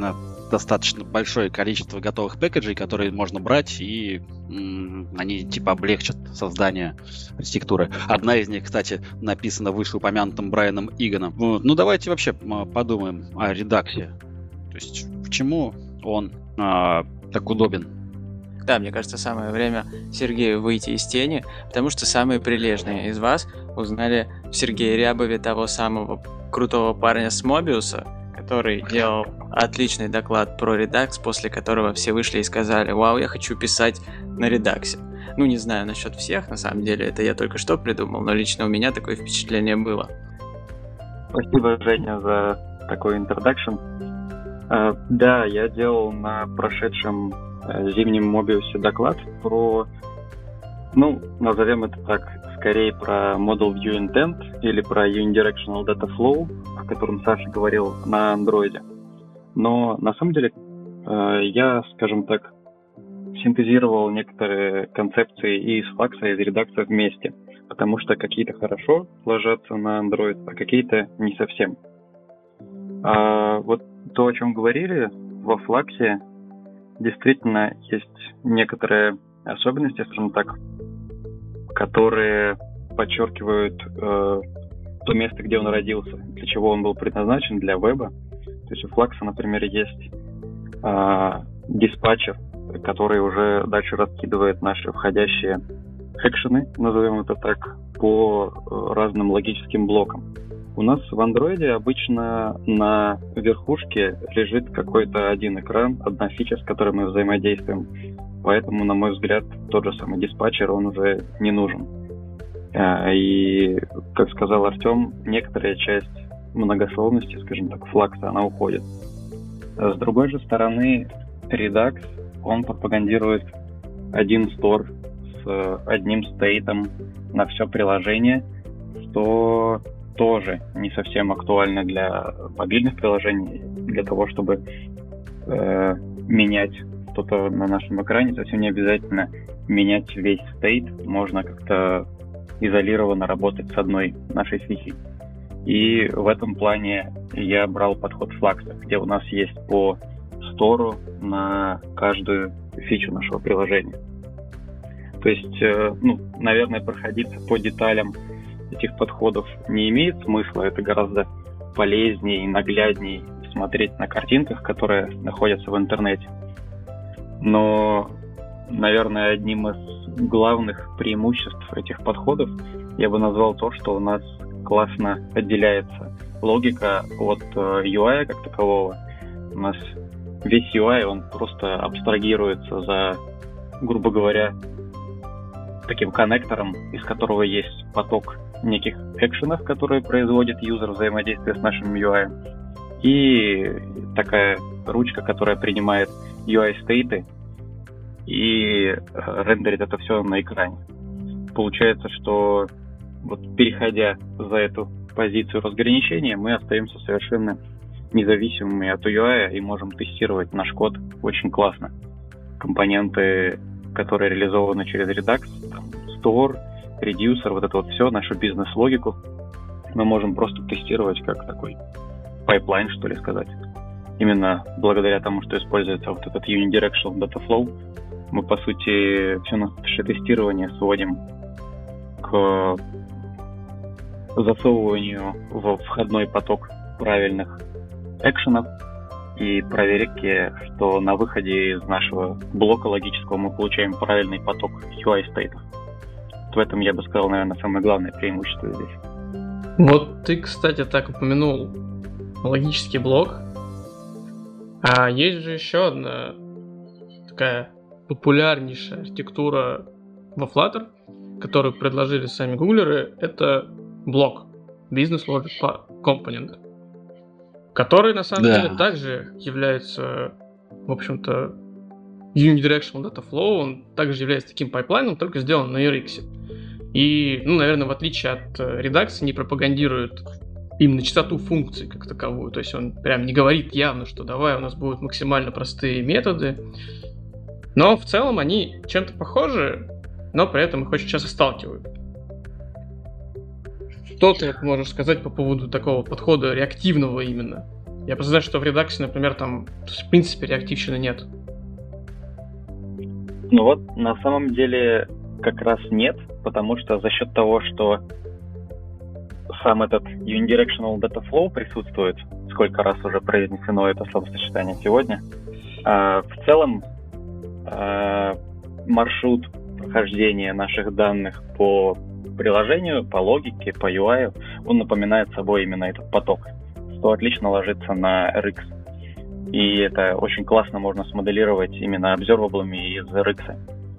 достаточно большое количество готовых пэкэджей, которые можно брать, и м, они типа облегчат создание архитектуры. Одна из них, кстати, написана вышеупомянутым Брайаном Иганом. Вот. Ну, давайте вообще подумаем о редаксе. То есть, почему он а, так удобен? Да, мне кажется, самое время Сергею выйти из тени, потому что самые прилежные из вас узнали в Сергее Рябове того самого крутого парня с Мобиуса, который делал отличный доклад про редакс, после которого все вышли и сказали: «Вау, я хочу писать на редаксе». Ну, не знаю насчет всех, на самом деле, это я только что придумал, но лично у меня такое впечатление было. Спасибо, Женя, за такой интродакшн. Uh, да, я делал на прошедшем uh, зимнем Мобиусе доклад про, ну, назовем это так, скорее про Model View Intent или про Unidirectional Data Flow, о котором Саша говорил на андроиде. Но на самом деле uh, я, скажем так, синтезировал некоторые концепции и из Flux, и из редакции вместе, потому что какие-то хорошо ложатся на Android, а какие-то не совсем. А вот то, о чем говорили, во Flux действительно есть некоторые особенности, скажем так, которые подчеркивают э, то место, где он родился, для чего он был предназначен, для веба. То есть у Flux, например, есть э, диспатчер, который уже дальше раскидывает наши входящие экшены, назовем это так, по э, разным логическим блокам. У нас в андроиде обычно на верхушке лежит какой-то один экран, одна фича, с которой мы взаимодействуем. Поэтому, на мой взгляд, тот же самый диспатчер, он уже не нужен. И, как сказал Артем, некоторая часть многословности, скажем так, флакса, она уходит. С другой же стороны, Redux, он пропагандирует один стор с одним стейтом на все приложение, что тоже не совсем актуально для мобильных приложений, для того, чтобы э, менять что-то на нашем экране. Совсем не обязательно менять весь стейт, можно как-то изолированно работать с одной нашей фичей. И в этом плане я брал подход Flux, где у нас есть по стору на каждую фичу нашего приложения. То есть, э, ну, наверное, проходиться по деталям этих подходов не имеет смысла. Это гораздо полезнее и нагляднее смотреть на картинках, которые находятся в интернете. Но, наверное, одним из главных преимуществ этих подходов я бы назвал то, что у нас классно отделяется логика от ю ай как такового. У нас весь ю ай, он просто абстрагируется за, грубо говоря, таким коннектором, из которого есть поток неких экшенов, которые производит юзер взаимодействия с нашим ю ай, и такая ручка, которая принимает ю ай-стейты и рендерит это все на экране. Получается, что вот переходя за эту позицию разграничения, мы остаемся совершенно независимыми от ю ай и можем тестировать наш код очень классно. Компоненты, которые реализованы через Redux, там, Store, Reducer, вот это вот все, нашу бизнес-логику, мы можем просто тестировать как такой пайплайн, что ли, сказать. Именно благодаря тому, что используется вот этот Unidirectional Data Flow, мы, по сути, все наше тестирование сводим к засовыванию в входной поток правильных экшенов и проверке, что на выходе из нашего блока логического мы получаем правильный поток ю ай-стейтов. В этом, я бы сказал, наверное, самое главное преимущество здесь. Вот ты, кстати, так упомянул логический блок. А есть же еще одна такая популярнейшая архитектура во Flutter, которую предложили сами гуглеры, это блок Business Logic Component, который на самом да. деле также является, в общем-то, Unidirectional Data Flow, он также является таким пайплайном, только сделан на эр икс. И, ну, наверное, в отличие от Redux, не пропагандирует именно частоту функций как таковую. То есть он прям не говорит явно, что давай у нас будут максимально простые методы. Но в целом они чем-то похожи, но при этом их очень часто сталкивают. Что ты можешь сказать по поводу такого подхода реактивного именно Я просто знаю, что в Redux, например, там в принципе реактивщины нет. Ну вот, на самом деле как раз нет, потому что за счет того, что сам этот Unidirectional Data Flow присутствует, сколько раз уже произнесено это словосочетание сегодня, э, в целом э, маршрут прохождения наших данных по приложению, по логике, по ю ай, он напоминает собой именно этот поток, что отлично ложится на эр икс. И это очень классно можно смоделировать именно обзерваблами из эр икс.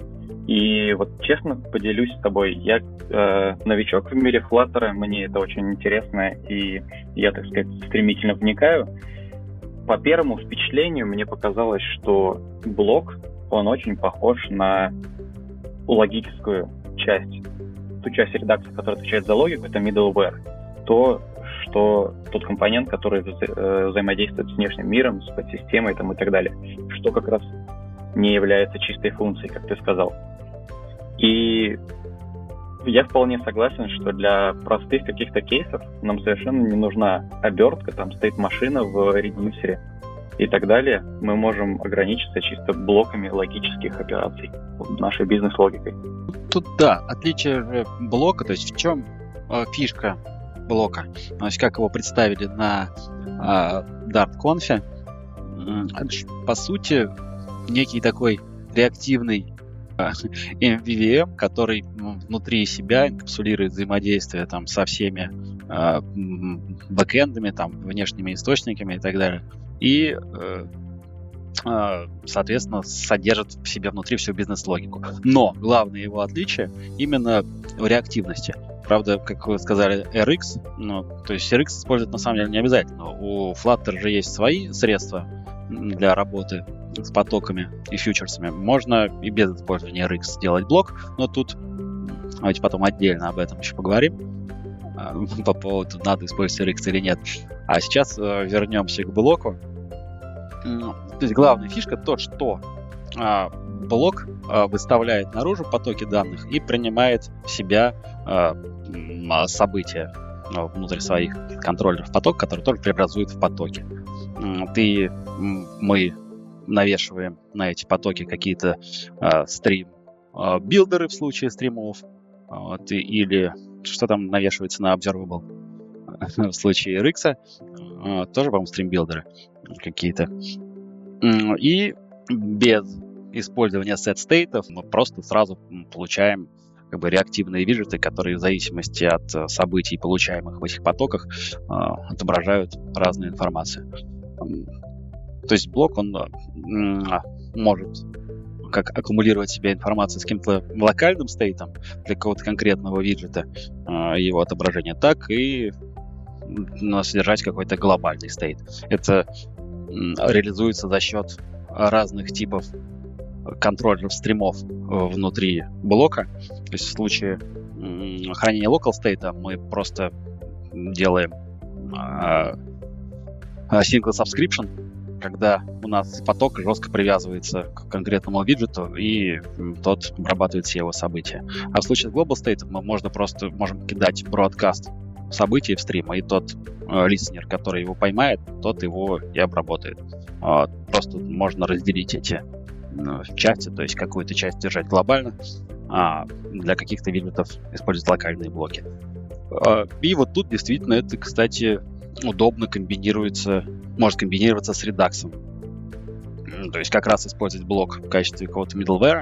И вот честно поделюсь с тобой, я э, новичок в мире Flutter, мне это очень интересно, и я, так сказать, стремительно вникаю. По первому впечатлению мне показалось, что блок, он очень похож на логическую часть, ту часть редакции, которая отвечает за логику, это middleware, то, что тот компонент, который вза- взаимодействует с внешним миром, с подсистемой там, и так далее, что как раз не является чистой функцией, как ты сказал. И я вполне согласен, что для простых каких-то кейсов нам совершенно не нужна обертка, там стоит машина в редюсере и так далее. Мы можем ограничиться чисто блоками логических операций, нашей бизнес-логикой. Тут, да, отличие блока, то есть в чем э, фишка блока, то есть как его представили на э, DartConf, э, по сути, некий такой реактивный эм ви ви эм, который внутри себя инкапсулирует взаимодействие там, со всеми э, бэкэндами, там, внешними источниками и так далее. И, э, э, соответственно, содержит в себе внутри всю бизнес-логику. Но главное его отличие именно в реактивности. Правда, как вы сказали, эр икс, ну, то есть эр икс использовать на самом деле не обязательно. У Flutter же есть свои средства для работы с потоками и фьючерсами. Можно и без использования эр икс сделать блок, но тут давайте потом отдельно об этом еще поговорим по поводу, надо использовать эр икс или нет. А сейчас вернемся к блоку. То есть главная фишка то, что блок выставляет наружу потоки данных и принимает в себя события внутри своих контроллеров поток, который тоже преобразует в потоки. Ты, мы навешиваем на эти потоки какие-то э, стрим-билдеры в случае стримов, вот, или что там навешивается на observable в случае эр икс, э, тоже, по-моему, стрим-билдеры какие-то. И без использования set-стейтов мы просто сразу получаем как бы реактивные виджеты, которые в зависимости от событий, получаемых в этих потоках, э, отображают разную информацию. То есть блок, он м- может как аккумулировать в себе информацию с каким-то локальным стейтом для какого-то конкретного виджета, э, его отображения, так и ну, содержать какой-то глобальный стейт. Это м- реализуется за счет разных типов контроллеров стримов внутри блока. То есть в случае м- хранения local state мы просто делаем э, single subscription, когда у нас поток жестко привязывается к конкретному виджету, и тот обрабатывает все его события. А в случае с Global State мы можно просто можем кидать broadcast событий в стрим, и тот э, листенер, который его поймает, тот его и обработает. Э, просто можно разделить эти э, части, то есть какую-то часть держать глобально, а для каких-то виджетов использовать локальные блоки. Э, и вот тут действительно это, кстати, удобно комбинируется, может комбинироваться с редаксом. То есть как раз использовать блок в качестве какого-то middleware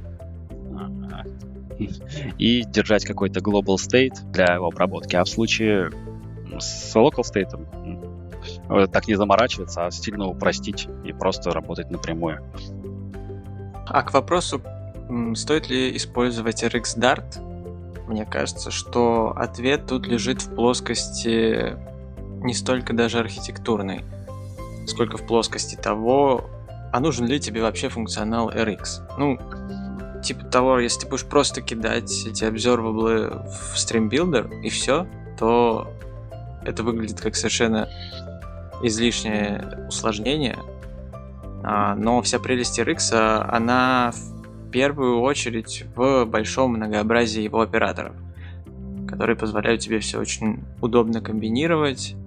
и держать какой-то global state для его обработки. А в случае с local state так не заморачиваться, а сильно упростить и просто работать напрямую. А к вопросу, стоит ли использовать эр икс Dart, мне кажется, что ответ тут лежит в плоскости не столько даже архитектурной, сколько в плоскости того, а нужен ли тебе вообще функционал эр икс. Ну, типа того, если ты будешь просто кидать эти обзерваблы в StreamBuilder и все, то это выглядит как совершенно излишнее усложнение. А, но вся прелесть эр икс, она в первую очередь в большом многообразии его операторов, которые позволяют тебе все очень удобно комбинировать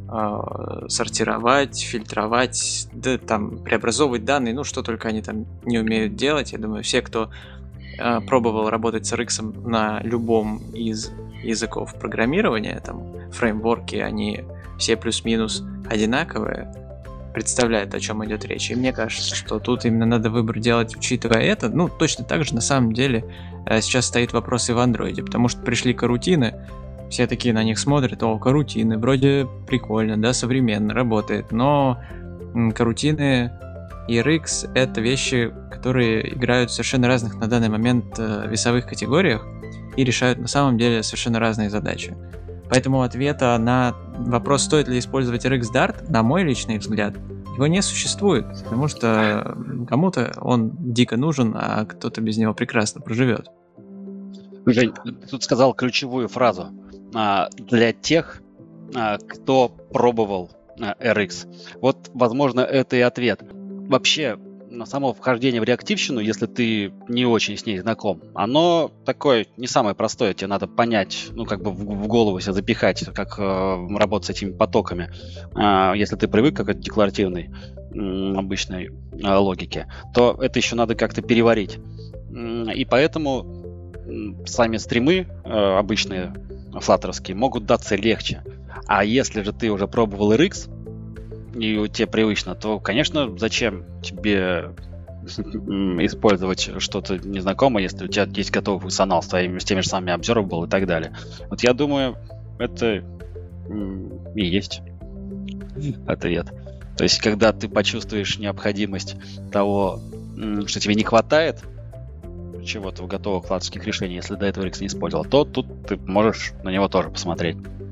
э, сортировать, фильтровать, да, там, преобразовывать данные, ну, что только они там не умеют делать. Я думаю, все, кто э, пробовал работать с эр икс на любом из языков программирования, там, фреймворки, они все плюс-минус одинаковые, представляют, о чем идет речь. И мне кажется, что тут именно надо выбор делать, учитывая это. Ну, точно так же, на самом деле, сейчас стоит вопрос и в андроиде, потому что пришли карутины, все такие на них смотрят, о, карутины, вроде прикольно, да, современно, работает, но карутины и эр икс — это вещи, которые играют в совершенно разных на данный момент весовых категориях и решают на самом деле совершенно разные задачи. Поэтому ответа на вопрос, стоит ли использовать эр икс Dart, на мой личный взгляд, его не существует, потому что кому-то он дико нужен, а кто-то без него прекрасно проживет. Жень, ты тут сказал ключевую фразу. А, для тех, а, кто пробовал а, эр икс. Вот, возможно, это и ответ. Вообще, само вхождение в реактивщину, если ты не очень с ней знаком, оно такое не самое простое. Тебе надо понять, ну, как бы в, в голову себе запихать, как э, работать с этими потоками. Э, если ты привык к какой-то декларативной э, обычной э, логике, то это еще надо как-то переварить. Э, и поэтому э, сами стримы э, обычные, флаттеровские, могут даться легче. А если же ты уже пробовал эр икс, и тебе привычно, то, конечно, зачем тебе использовать что-то незнакомое, если у тебя есть готовый функционал с, твоими, с теми же самыми observable и так далее. Вот я думаю, это и есть ответ. То есть, когда ты почувствуешь необходимость того, что тебе не хватает чего-то в готовых флаттерских решениях, если до этого эр икс не использовал, то тут ты можешь на него тоже посмотреть.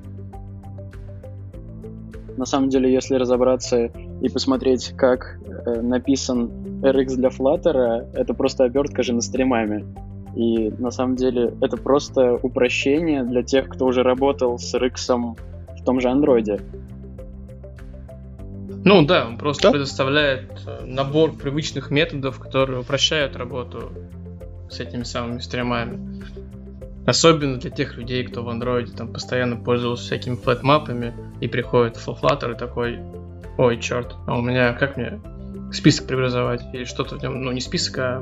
На самом деле, если разобраться и посмотреть, как э, написан эр икс для Flutter, это просто обертка же на стримами. И на самом деле это просто упрощение для тех, кто уже работал с эр икс в том же андроиде. Ну да, он просто да? предоставляет набор привычных методов, которые упрощают работу с этими самыми стримами. Особенно для тех людей, кто в андроиде там постоянно пользовался всякими флэт-мапами и приходит в Flutter и такой: ой, черт, а у меня как мне список преобразовать? Или что-то в нем, ну не список, а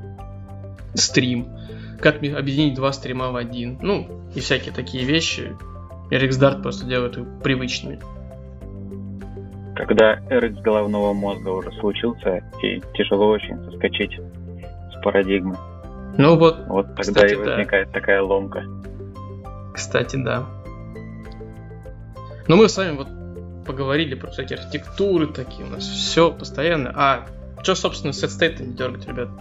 стрим. Как мне объединить два стрима в один? Ну, и всякие такие вещи. эр икс Dart просто делает их привычными. Когда эр икс головного мозга уже случился, и тяжело очень соскочить с парадигмы. Ну вот, Вот тогда кстати, и возникает да. такая ломка. Кстати, да. Но мы с вами вот поговорили про всякие архитектуры такие, у нас все постоянно. А что, собственно, с сет-стейтом не дергать, ребят?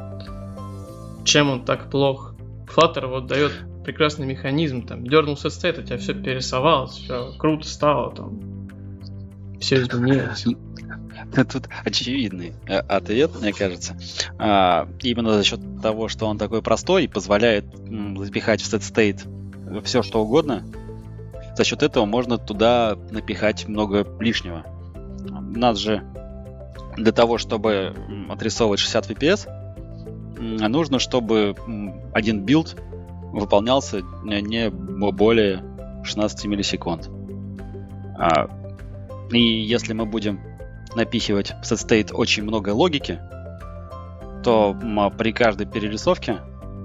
Чем он так плох? Flutter вот дает прекрасный механизм, там, дернул сет-стейт, у тебя все перерисовалось, все круто стало, там, все изменилось. Тут очевидный ответ, мне кажется. А, именно за счет того, что он такой простой и позволяет м, запихать в set-state все, что угодно, за счет этого можно туда напихать много лишнего. У нас же для того, чтобы отрисовывать шестьдесят эф пи эс, нужно, чтобы один билд выполнялся не более шестнадцать миллисекунд. А, и если мы будем напихивать в set-state очень много логики, то при каждой перерисовке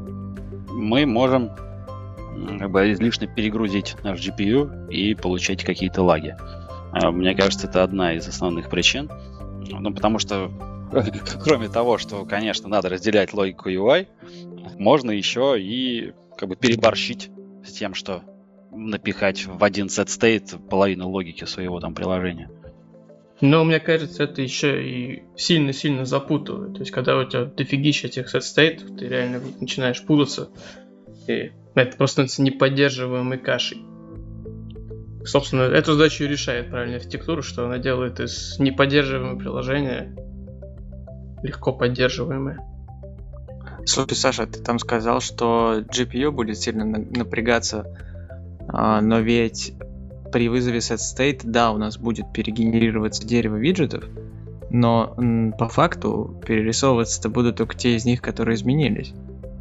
мы можем как бы излишне перегрузить наш джи пи ю и получать какие-то лаги. Мне кажется, это одна из основных причин. Ну, потому что, кроме того, что, конечно, надо разделять логику ю ай, можно еще и как бы переборщить с тем, что напихать в один set-state половину логики своего там приложения. Но мне кажется, это еще и сильно-сильно запутывает. То есть, когда у тебя дофигища этих set-стейтов, ты реально начинаешь путаться, и это просто становится неподдерживаемой кашей. Собственно, эту задачу и решает правильная архитектура, что она делает из неподдерживаемого приложения легко поддерживаемое. Слушай, Саша, ты там сказал, что джи пи ю будет сильно напрягаться, но ведь при вызове setState, да, у нас будет перегенерироваться дерево виджетов, но м, по факту перерисовываться-то будут только те из них, которые изменились.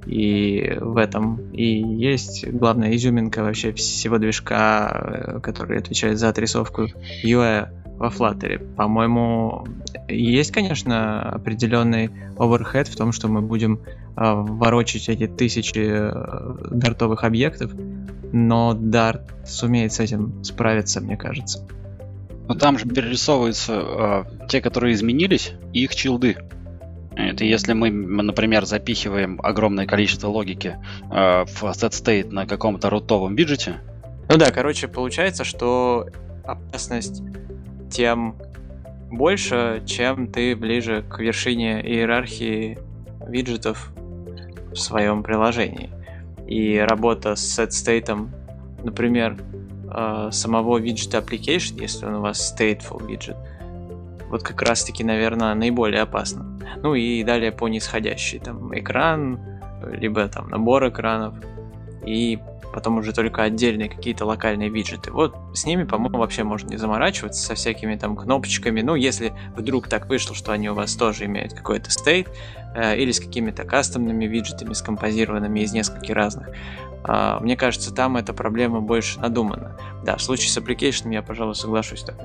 И в этом и есть главная изюминка вообще всего движка, который отвечает за отрисовку ю ай во Flutter. По-моему, есть, конечно, определенный оверхед в том, что мы будем э, ворочать эти тысячи дартовых объектов, но Dart сумеет с этим справиться, мне кажется. Но там же перерисовываются э, те, которые изменились, и их чилды. Это если мы, например, запихиваем огромное количество логики э, в setState на каком-то рутовом виджете. Ну да, короче, получается, что опасность тем больше, чем ты ближе к вершине иерархии виджетов в своем приложении. И работа с setState, например, самого виджета application, если он у вас stateful виджет, вот как раз-таки, наверное, наиболее опасно. Ну и далее по нисходящей, там экран, либо там набор экранов, и потом уже только отдельные какие-то локальные виджеты. Вот с ними, по-моему, вообще можно не заморачиваться, со всякими там кнопочками. Ну, если вдруг так вышло, что они у вас тоже имеют какой-то стейт, э, или с какими-то кастомными виджетами, скомпозированными из нескольких разных. Э, мне кажется, там эта проблема больше надумана. Да, в случае с application я, пожалуй, соглашусь так.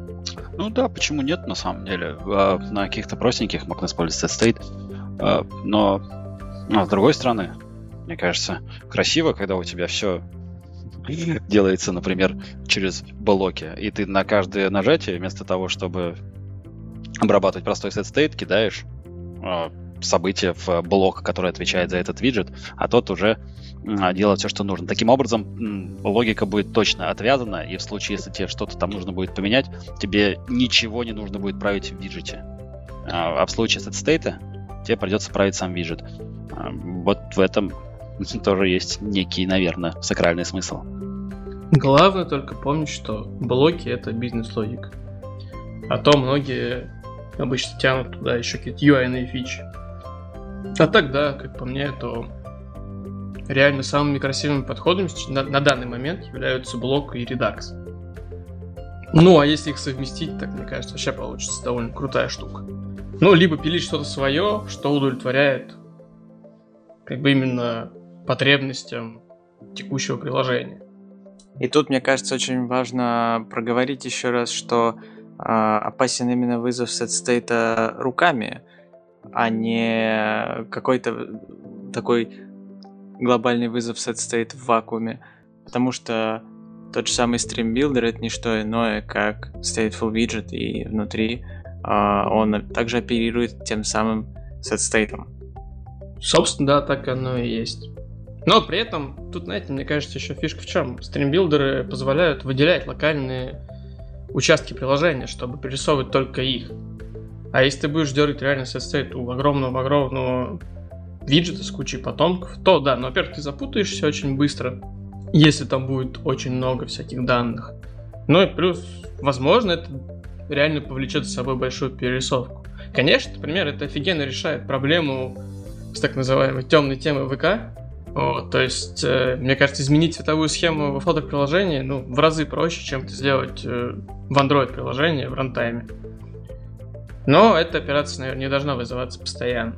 Ну да, почему нет, на самом деле. Э, на каких-то простеньких можно использовать setState, э, но, но с другой стороны, мне кажется, красиво, когда у тебя все делается, например, через блоки, и ты на каждое нажатие, вместо того, чтобы обрабатывать простой setState, кидаешь э, событие в блок, который отвечает за этот виджет, а тот уже э, делает все, что нужно. Таким образом, э, логика будет точно отвязана, и в случае, если тебе что-то там нужно будет поменять, тебе ничего не нужно будет править в виджете. А, а в случае setState тебе придется править сам виджет. А, вот в этом тоже есть некий, наверное, сакральный смысл. Главное только помнить, что блоки — это бизнес-логика. А то многие обычно тянут туда еще какие-то ю ай-ные фичи. А так, да, как по мне, то реально самыми красивыми подходами на, на данный момент являются блок и редакс. Ну, а если их совместить, так, мне кажется, вообще получится довольно крутая штука. Ну, либо пилить что-то свое, что удовлетворяет как бы именно потребностям текущего приложения. И тут, мне кажется, очень важно проговорить еще раз, что э, опасен именно вызов setState руками, а не какой-то такой глобальный вызов setState в вакууме. Потому что тот же самый Stream Builder — это не что иное, как stateful widget, и внутри э, он также оперирует тем самым setState. Собственно, да, так оно и есть. Но при этом, тут, знаете, мне кажется, еще фишка в чем? Стримбилдеры позволяют выделять локальные участки приложения, чтобы перерисовывать только их. А если ты будешь дергать реально setState у огромного-огромного виджета с кучей потомков, то да, но, во-первых, ты запутаешься очень быстро, если там будет очень много всяких данных. Ну и плюс, возможно, это реально повлечет за собой большую перерисовку. Конечно, например, это офигенно решает проблему с так называемой темной темой ВК. Вот, то есть, э, мне кажется, изменить цветовую схему во Flutter приложении, ну, в разы проще, чем это сделать э, в Android приложении в рантайме. Но эта операция, наверное, не должна вызываться постоянно.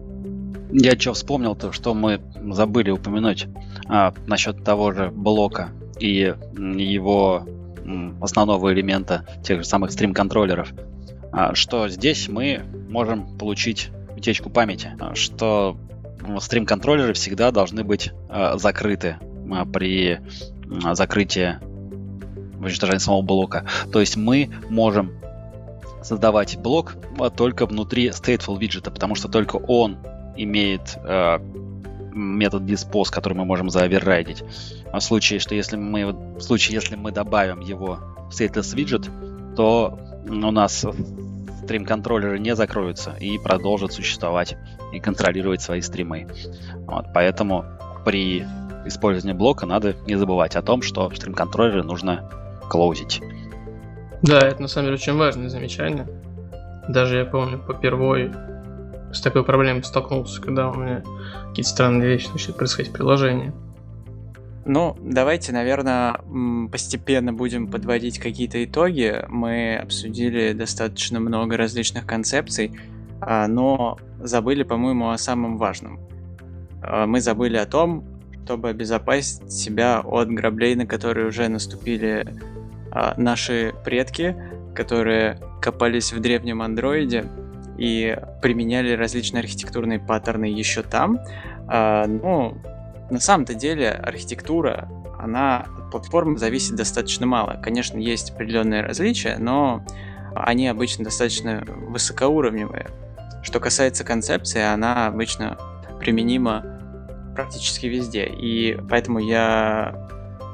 Я что вспомнил, то что мы забыли упомянуть а, насчет того же блока и его м, основного элемента, тех же самых стрим-контроллеров, а, что здесь мы можем получить утечку памяти, что стрим-контроллеры всегда должны быть э, закрыты э, при э, закрытии уничтожения самого блока. То есть мы можем создавать блок э, только внутри stateful виджета, потому что только он имеет э, метод dispose, который мы можем заоверрайдить. В случае, что если мы, в случае, если мы добавим его в stateless виджет, то у нас стрим-контроллеры не закроются и продолжат существовать и контролировать свои стримы. Вот, поэтому при использовании блока надо не забывать о том, что стрим-контроллеры нужно клоузить. Да, это на самом деле очень важное замечание. Даже я помню, по первой с такой проблемой столкнулся, когда у меня какие-то странные вещи начали происходить в приложении. Ну, давайте, наверное, постепенно будем подводить какие-то итоги. Мы обсудили достаточно много различных концепций, но забыли, по-моему, о самом важном. мы забыли о том, чтобы обезопасить себя от граблей, на которые уже наступили наши предки, которые копались в древнем андроиде и применяли различные архитектурные паттерны еще там. Но на самом-то деле архитектура, она от платформы зависит достаточно мало. Конечно, есть определенные различия, но они обычно достаточно высокоуровневые. Что касается концепции, она обычно применима практически везде. И поэтому я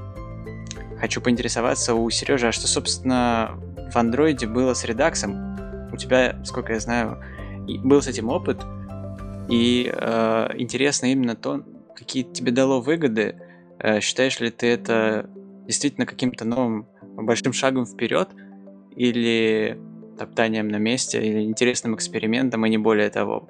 хочу поинтересоваться у Сережи, а что, собственно, в андроиде было с редаксом? У тебя, сколько я знаю, был с этим опыт. И э, интересно именно то, какие тебе дало выгоды. Э, считаешь ли ты это действительно каким-то новым большим шагом вперед? Или топтанием на месте, или интересным экспериментом, и не более того?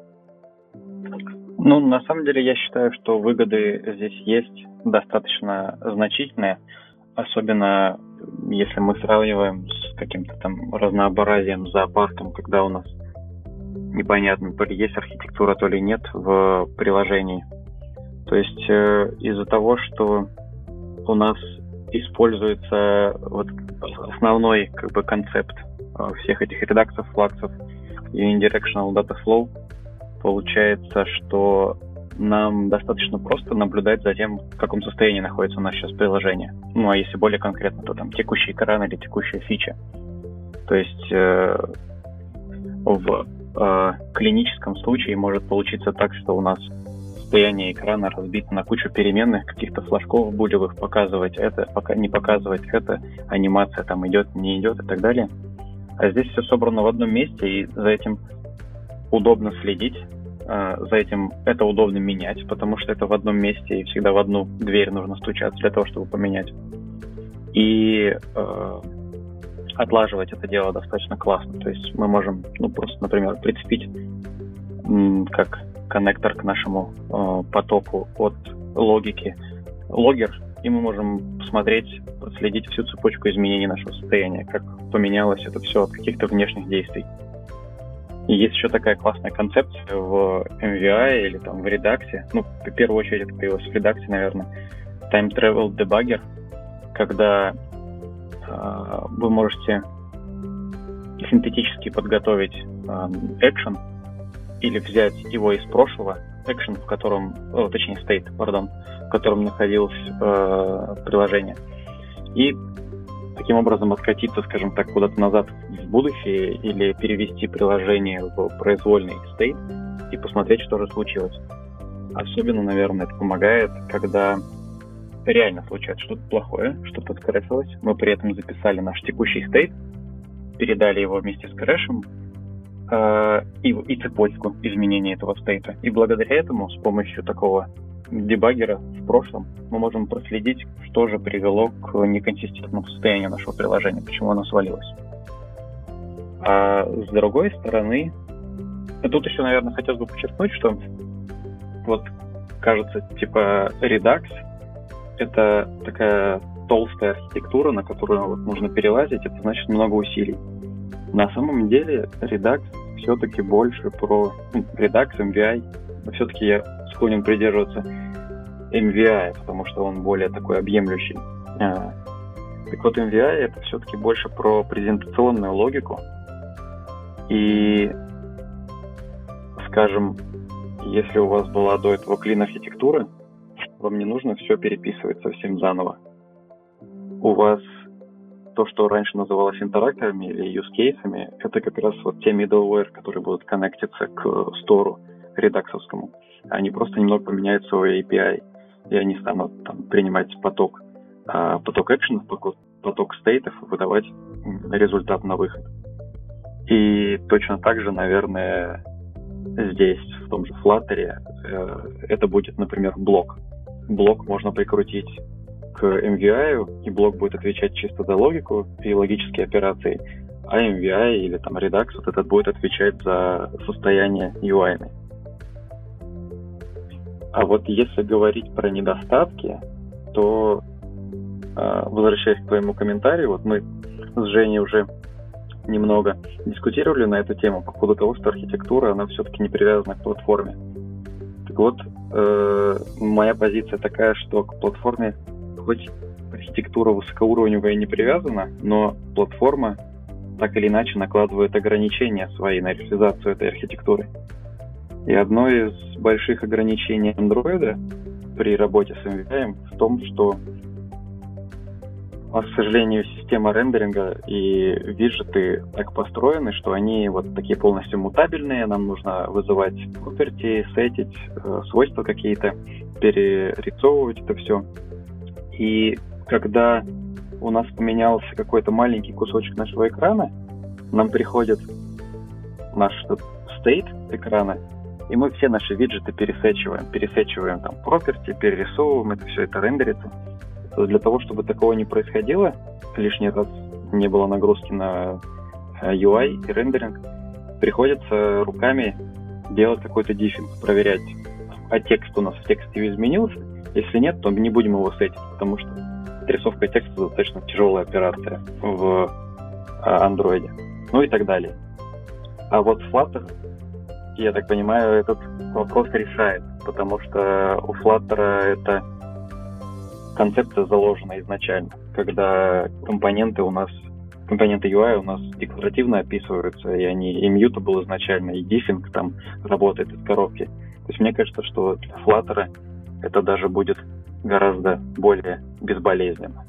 Ну, на самом деле, я считаю, что выгоды здесь есть достаточно значительные, особенно если мы сравниваем с каким-то там разнообразием, зоопарком, когда у нас непонятно, то ли есть архитектура, то ли нет в приложении. То есть э, из-за того, что у нас используется вот основной как бы концепт э, всех этих редаксов, флаксов и Unidirectional Data Flow, получается, что нам достаточно просто наблюдать за тем, в каком состоянии находится у нас сейчас приложение. Ну, а если более конкретно, то там текущий экран или текущая фича. То есть э, в э, клиническом случае может получиться так, что у нас состояние экрана разбито на кучу переменных, каких-то флажков булевых, показывать это, пока не показывать это, анимация там идет, не идет и так далее. А здесь все собрано в одном месте, и за этим удобно следить, за этим это удобно менять, потому что это в одном месте, и всегда в одну дверь нужно стучаться для того, чтобы поменять. И э, отлаживать это дело достаточно классно. То есть мы можем, ну, просто, например, прицепить м, как коннектор к нашему э, потоку от логики логер, и мы можем посмотреть, проследить всю цепочку изменений нашего состояния, как поменялось это все от каких-то внешних действий. И есть еще такая классная концепция в эм ви ай или там в редаксе, ну, в первую очередь это появилось в редаксе, наверное, Time Travel Debugger, когда э, вы можете синтетически подготовить экшен э, или взять его из прошлого, экшен, в котором, о, точнее, state, пардон, в котором находилось э, приложение, и таким образом откатиться, скажем так, куда-то назад в будущее или перевести приложение в произвольный стейт и посмотреть, что же случилось. Особенно, наверное, это помогает, когда реально случается что-то плохое, что-то скрэшилось, мы при этом записали наш текущий стейт, передали его вместе с крэшем э, и, и цепочку изменения этого стейта. И благодаря этому, с помощью такого дебаггера в прошлом, мы можем проследить, что же привело к неконсистентному состоянию нашего приложения, почему оно свалилось. А с другой стороны, тут еще, наверное, хотелось бы подчеркнуть, что вот, кажется, типа Redux — это такая толстая архитектура, на которую вот нужно перелазить, это значит много усилий. На самом деле Redux все-таки больше про ну, Redux, эм ви ай, но все-таки я склонен придерживаться эм ви ай, потому что он более такой объемлющий. А, так вот, эм ви ай — это все-таки больше про презентационную логику. И, скажем, если у вас была до этого клин-архитектура, вам не нужно все переписывать совсем заново. У вас то, что раньше называлось интеракторами или юзкейсами, это как раз вот те middleware, которые будут коннектиться к стору редаксовскому. Они просто немного поменяют свой эй пи ай, и они станут там принимать поток, а, поток экшенов, поток, поток стейтов, выдавать результат на выход. И точно так же, наверное, здесь, в том же Flutter, э, это будет, например, блок. Блок можно прикрутить к эм ви ай, и блок будет отвечать чисто за логику и логические операции, а эм ви ай или там Redux вот этот будет отвечать за состояние ю ай. А вот если говорить про недостатки, то, э, возвращаясь к твоему комментарию, вот мы с Женей уже немного дискутировали на эту тему по поводу того, что архитектура, она все-таки не привязана к платформе. Так вот, э, моя позиция такая, что к платформе хоть архитектура высокоуровневая не привязана, но платформа так или иначе накладывает ограничения свои на реализацию этой архитектуры. И одно из больших ограничений Android при работе с эм ви ай в том, что у нас, к сожалению, система рендеринга и виджеты так построены, что они вот такие полностью мутабельные. Нам нужно вызывать property, сетить, э, свойства какие-то, перерисовывать это все. И когда у нас поменялся какой-то маленький кусочек нашего экрана, нам приходит наш state экрана, и мы все наши виджеты пересечиваем. Пересечиваем там property, перерисовываем, это все это рендерится. То для того, чтобы такого не происходило, лишний раз не было нагрузки на ю ай и рендеринг, приходится руками делать какой-то диффинг, проверять, а текст у нас в тексте изменился. Если нет, то не будем его сетить, потому что отрисовка текста достаточно тяжелая операция в Android. Ну и так далее. А вот Flutter, я так понимаю, этот вопрос решает, потому что у Flutter это концепция заложена изначально, когда компоненты у нас, компоненты ю ай у нас декларативно описываются, и они immutable изначально, и диффинг там работает из коробки. То есть мне кажется, что для Flutter это даже будет гораздо более безболезненно.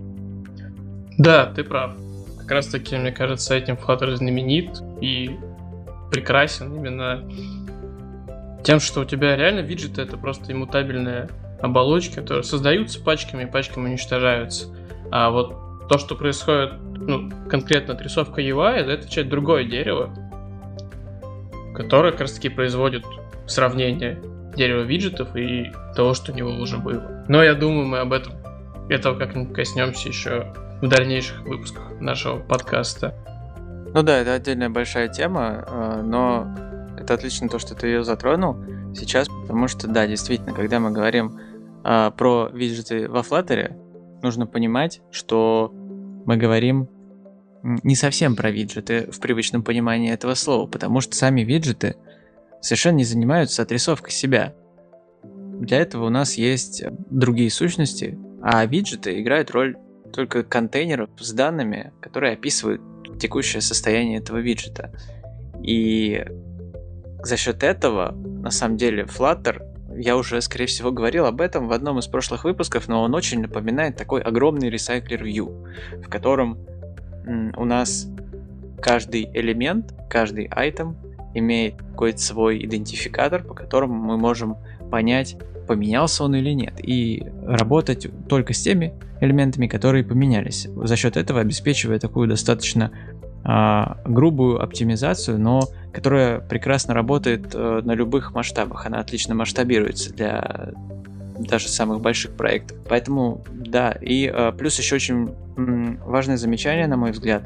Да, ты прав. Как раз таки, мне кажется, этим Flutter знаменит и прекрасен именно тем, что у тебя реально виджеты — это просто иммутабельные оболочки, которые создаются пачками и пачками уничтожаются. А вот то, что происходит, ну, конкретно отрисовка ю ай, это отвечает другое дерево, которое как раз таки производит сравнение дерева виджетов и того, что у него уже было. Но я думаю, мы об этом этого как-нибудь коснемся еще в дальнейших выпусках нашего подкаста. Ну да, это отдельная большая тема, но это отлично то, что ты ее затронул сейчас, потому что, да, действительно, когда мы говорим а, про виджеты во Flutter, нужно понимать, что мы говорим не совсем про виджеты в привычном понимании этого слова, потому что сами виджеты совершенно не занимаются отрисовкой себя. Для этого у нас есть другие сущности, а виджеты играют роль только контейнеров с данными, которые описывают текущее состояние этого виджета. И за счет этого, на самом деле, Flutter, я уже, скорее всего, говорил об этом в одном из прошлых выпусков, но он очень напоминает такой огромный recycler view, в котором м, у нас каждый элемент, каждый item имеет какой-то свой идентификатор, по которому мы можем понять, поменялся он или нет, и работать только с теми элементами, которые поменялись. За счет этого обеспечивая такую достаточно а, грубую оптимизацию, но которая прекрасно работает а, на любых масштабах. Она отлично масштабируется для даже самых больших проектов. Поэтому, да, и а, плюс еще очень м, важное замечание, на мой взгляд.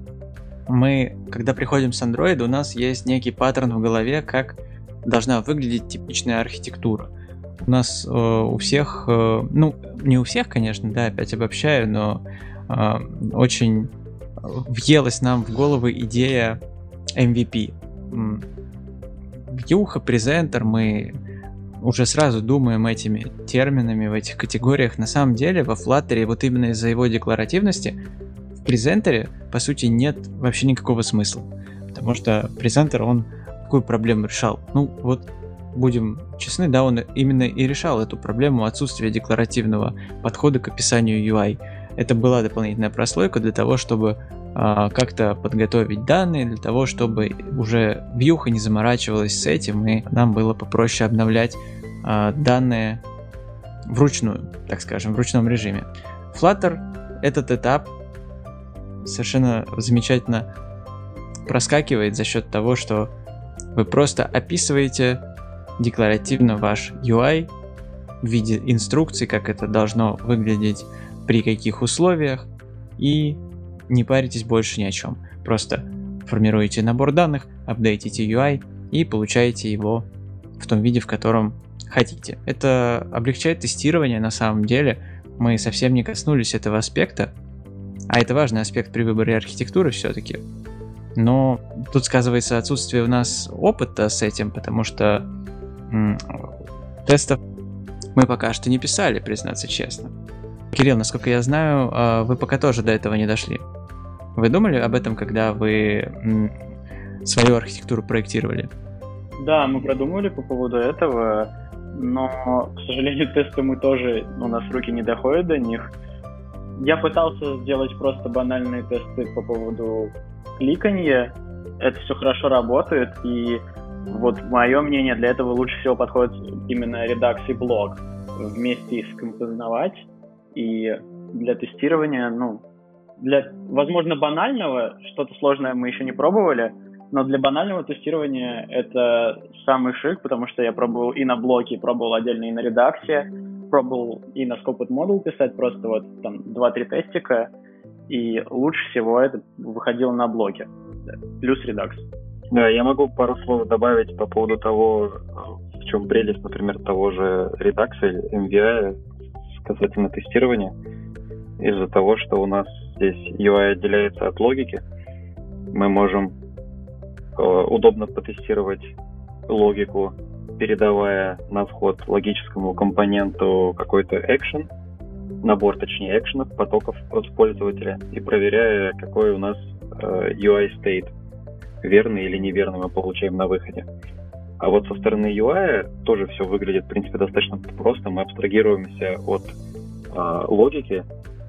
Мы, когда приходим с Android, у нас есть некий паттерн в голове, как должна выглядеть типичная архитектура. У нас э, у всех, э, ну, не у всех, конечно, да, опять обобщаю, но э, очень въелась нам в голову идея эм ви пи. Вьюха, презентер, мы уже сразу думаем этими терминами в этих категориях. На самом деле во Flutter вот именно из-за его декларативности в презентере, по сути, нет вообще никакого смысла. Потому что презентер, он какую проблему решал? Ну, вот будем честны, да, он именно и решал эту проблему отсутствия декларативного подхода к описанию ю ай. Это была дополнительная прослойка для того, чтобы а, как-то подготовить данные, для того, чтобы уже вьюха не заморачивалась с этим, и нам было попроще обновлять а, данные вручную, так скажем, в ручном режиме. Flutter этот этап совершенно замечательно проскакивает за счет того, что вы просто описываете декларативно ваш ю ай в виде инструкций, как это должно выглядеть при каких условиях, и не паритесь больше ни о чем. Просто формируете набор данных, апдейтите ю ай и получаете его в том виде, в котором хотите. Это облегчает тестирование на самом деле. Мы совсем не коснулись этого аспекта, а это важный аспект при выборе архитектуры все-таки. Но тут сказывается отсутствие у нас опыта с этим, потому что м- тестов мы пока что не писали, признаться честно. Кирилл, насколько я знаю, вы пока тоже до этого не дошли. Вы думали об этом, когда вы м, свою архитектуру проектировали? Да, мы продумывали по поводу этого, но, к сожалению, тесты мы тоже, у нас руки не доходят до них. Я пытался сделать просто банальные тесты по поводу кликанья. Это все хорошо работает, и вот мое мнение, для этого лучше всего подходит именно Redux и блок. Вместе их скомпоновать, и для тестирования, ну, для, возможно, банального, что-то сложное мы еще не пробовали, но для банального тестирования это самый шик, потому что я пробовал и на блоке, пробовал отдельно и на редаксе, пробовал и на Scoped Model писать, просто вот там два-три тестика, и лучше всего это выходило на блоке, плюс Redux. Да, я могу пару слов добавить по поводу того, в чем прелесть, например, того же Redux или эм ви ай касательно тестирования. Из-за того, что у нас здесь ю ай отделяется от логики, мы можем э, удобно потестировать логику, передавая на вход логическому компоненту какой-то экшен, набор, точнее, экшенов, потоков от пользователя, и проверяя, какой у нас э, ю ай state, верный или неверный мы получаем на выходе. А вот со стороны ю ай тоже все выглядит, в принципе, достаточно просто. Мы абстрагируемся от э, логики,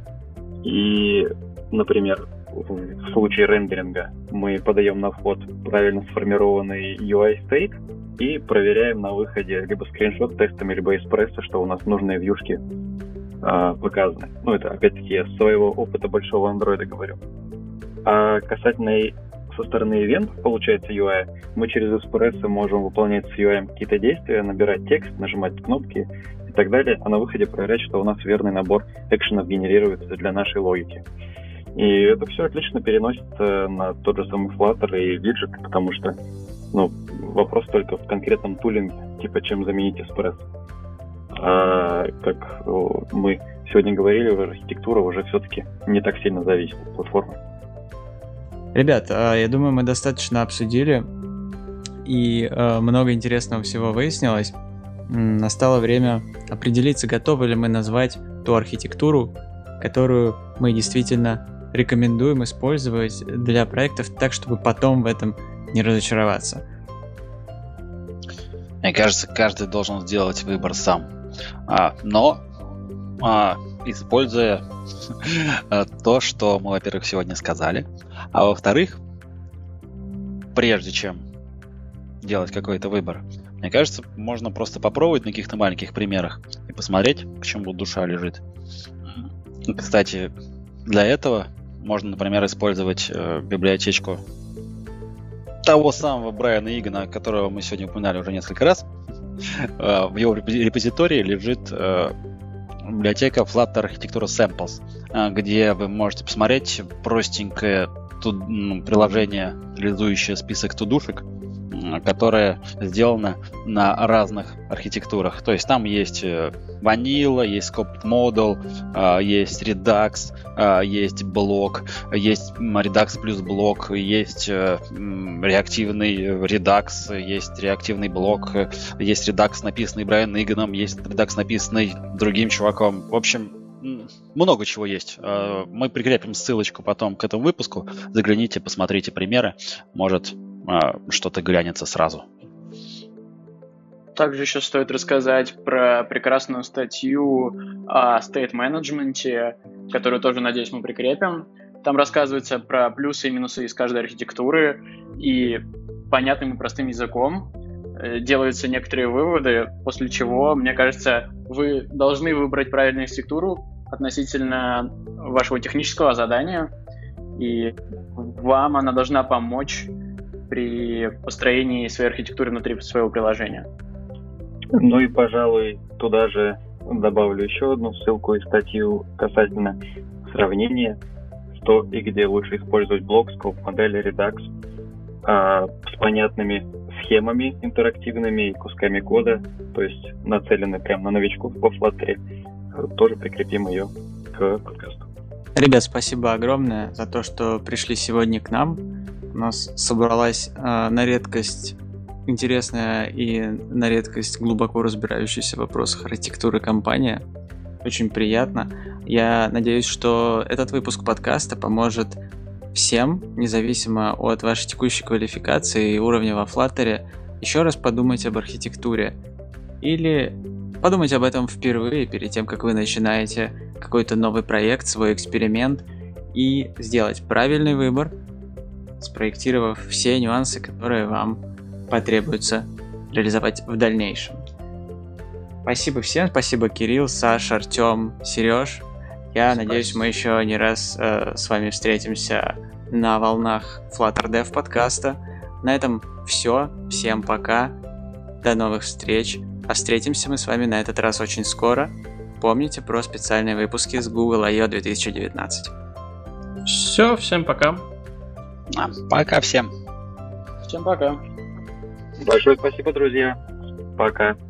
и, например, в случае рендеринга мы подаем на вход правильно сформированный ю ай state и проверяем на выходе либо скриншот тестами, либо эспрессо, что у нас нужные вьюшки э, показаны. Ну, это, опять-таки, я с своего опыта большого андроида говорю. А касательно со стороны ивентов, получается, ю ай, мы через эспрессо можем выполнять с ю ай какие-то действия, набирать текст, нажимать кнопки и так далее, а на выходе проверять, что у нас верный набор экшенов генерируется для нашей логики. И это все отлично переносится на тот же самый Flutter и виджет, потому что, ну, вопрос только в конкретном тулинге, типа чем заменить эспрессо. А как мы сегодня говорили, уже архитектура уже все-таки не так сильно зависит от платформы. Ребят, я думаю, мы достаточно обсудили, и много интересного всего выяснилось. Настало время определиться, готовы ли мы назвать ту архитектуру, которую мы действительно рекомендуем использовать для проектов так, чтобы потом в этом не разочароваться. Мне кажется, каждый должен сделать выбор сам. А, но а, используя то, что мы, во-первых, сегодня сказали, а во-вторых, прежде чем делать какой-то выбор, мне кажется, можно просто попробовать на каких-то маленьких примерах и посмотреть, к чему душа лежит. Кстати, для этого можно, например, использовать э, библиотечку того самого Брайана Игана, которого мы сегодня упоминали уже несколько раз. Э, в его репозитории лежит э, библиотека Flutter Architecture Samples, э, где вы можете посмотреть простенькое ту, ну, приложение, реализующее список тудушек, которая сделана на разных архитектурах. То есть там есть Vanilla, есть Scoped Model, есть Redux, есть блок, есть Redux плюс блок, есть реактивный Redux, есть реактивный блок, есть Redux, написанный Брайаном Иганом, есть Redux, написанный другим чуваком. В общем, много чего есть. Мы прикрепим ссылочку потом к этому выпуску. Загляните, посмотрите примеры. Может, что-то глянется сразу. Также еще стоит рассказать про прекрасную статью о state management, которую тоже, надеюсь, мы прикрепим. Там рассказывается про плюсы и минусы из каждой архитектуры, и понятным и простым языком делаются некоторые выводы, после чего, мне кажется, вы должны выбрать правильную архитектуру относительно вашего технического задания, и вам она должна помочь при построении своей архитектуры внутри своего приложения. Ну и, пожалуй, туда же добавлю еще одну ссылку и статью касательно сравнения, что и где лучше использовать блок, Scoped Model, Redux а, с понятными схемами интерактивными и кусками кода, то есть нацелены прямо на новичков по Flutter. Тоже прикрепим ее к подкасту. Ребят, спасибо огромное за то, что пришли сегодня к нам. У нас собралась э, на редкость интересная и на редкость глубоко разбирающаяся в вопросах архитектуры компания. Очень приятно. Я надеюсь, что этот выпуск подкаста поможет всем, независимо от вашей текущей квалификации и уровня во Flutter, еще раз подумать об архитектуре. Или подумать об этом впервые, перед тем, как вы начинаете какой-то новый проект, свой эксперимент, и сделать правильный выбор, спроектировав все нюансы, которые вам потребуется реализовать в дальнейшем. Спасибо всем, спасибо Кирилл, Саш, Артем, Сереж. Я спасибо. Надеюсь, мы еще не раз э, с вами встретимся на волнах Flutter Dev подкаста. На этом все. Всем пока. До новых встреч. А встретимся мы с вами на этот раз очень скоро. Помните про специальные выпуски с Google ай о две тысячи девятнадцать. Все, всем пока. А, пока всем. Всем пока. Большое спасибо, друзья. Пока.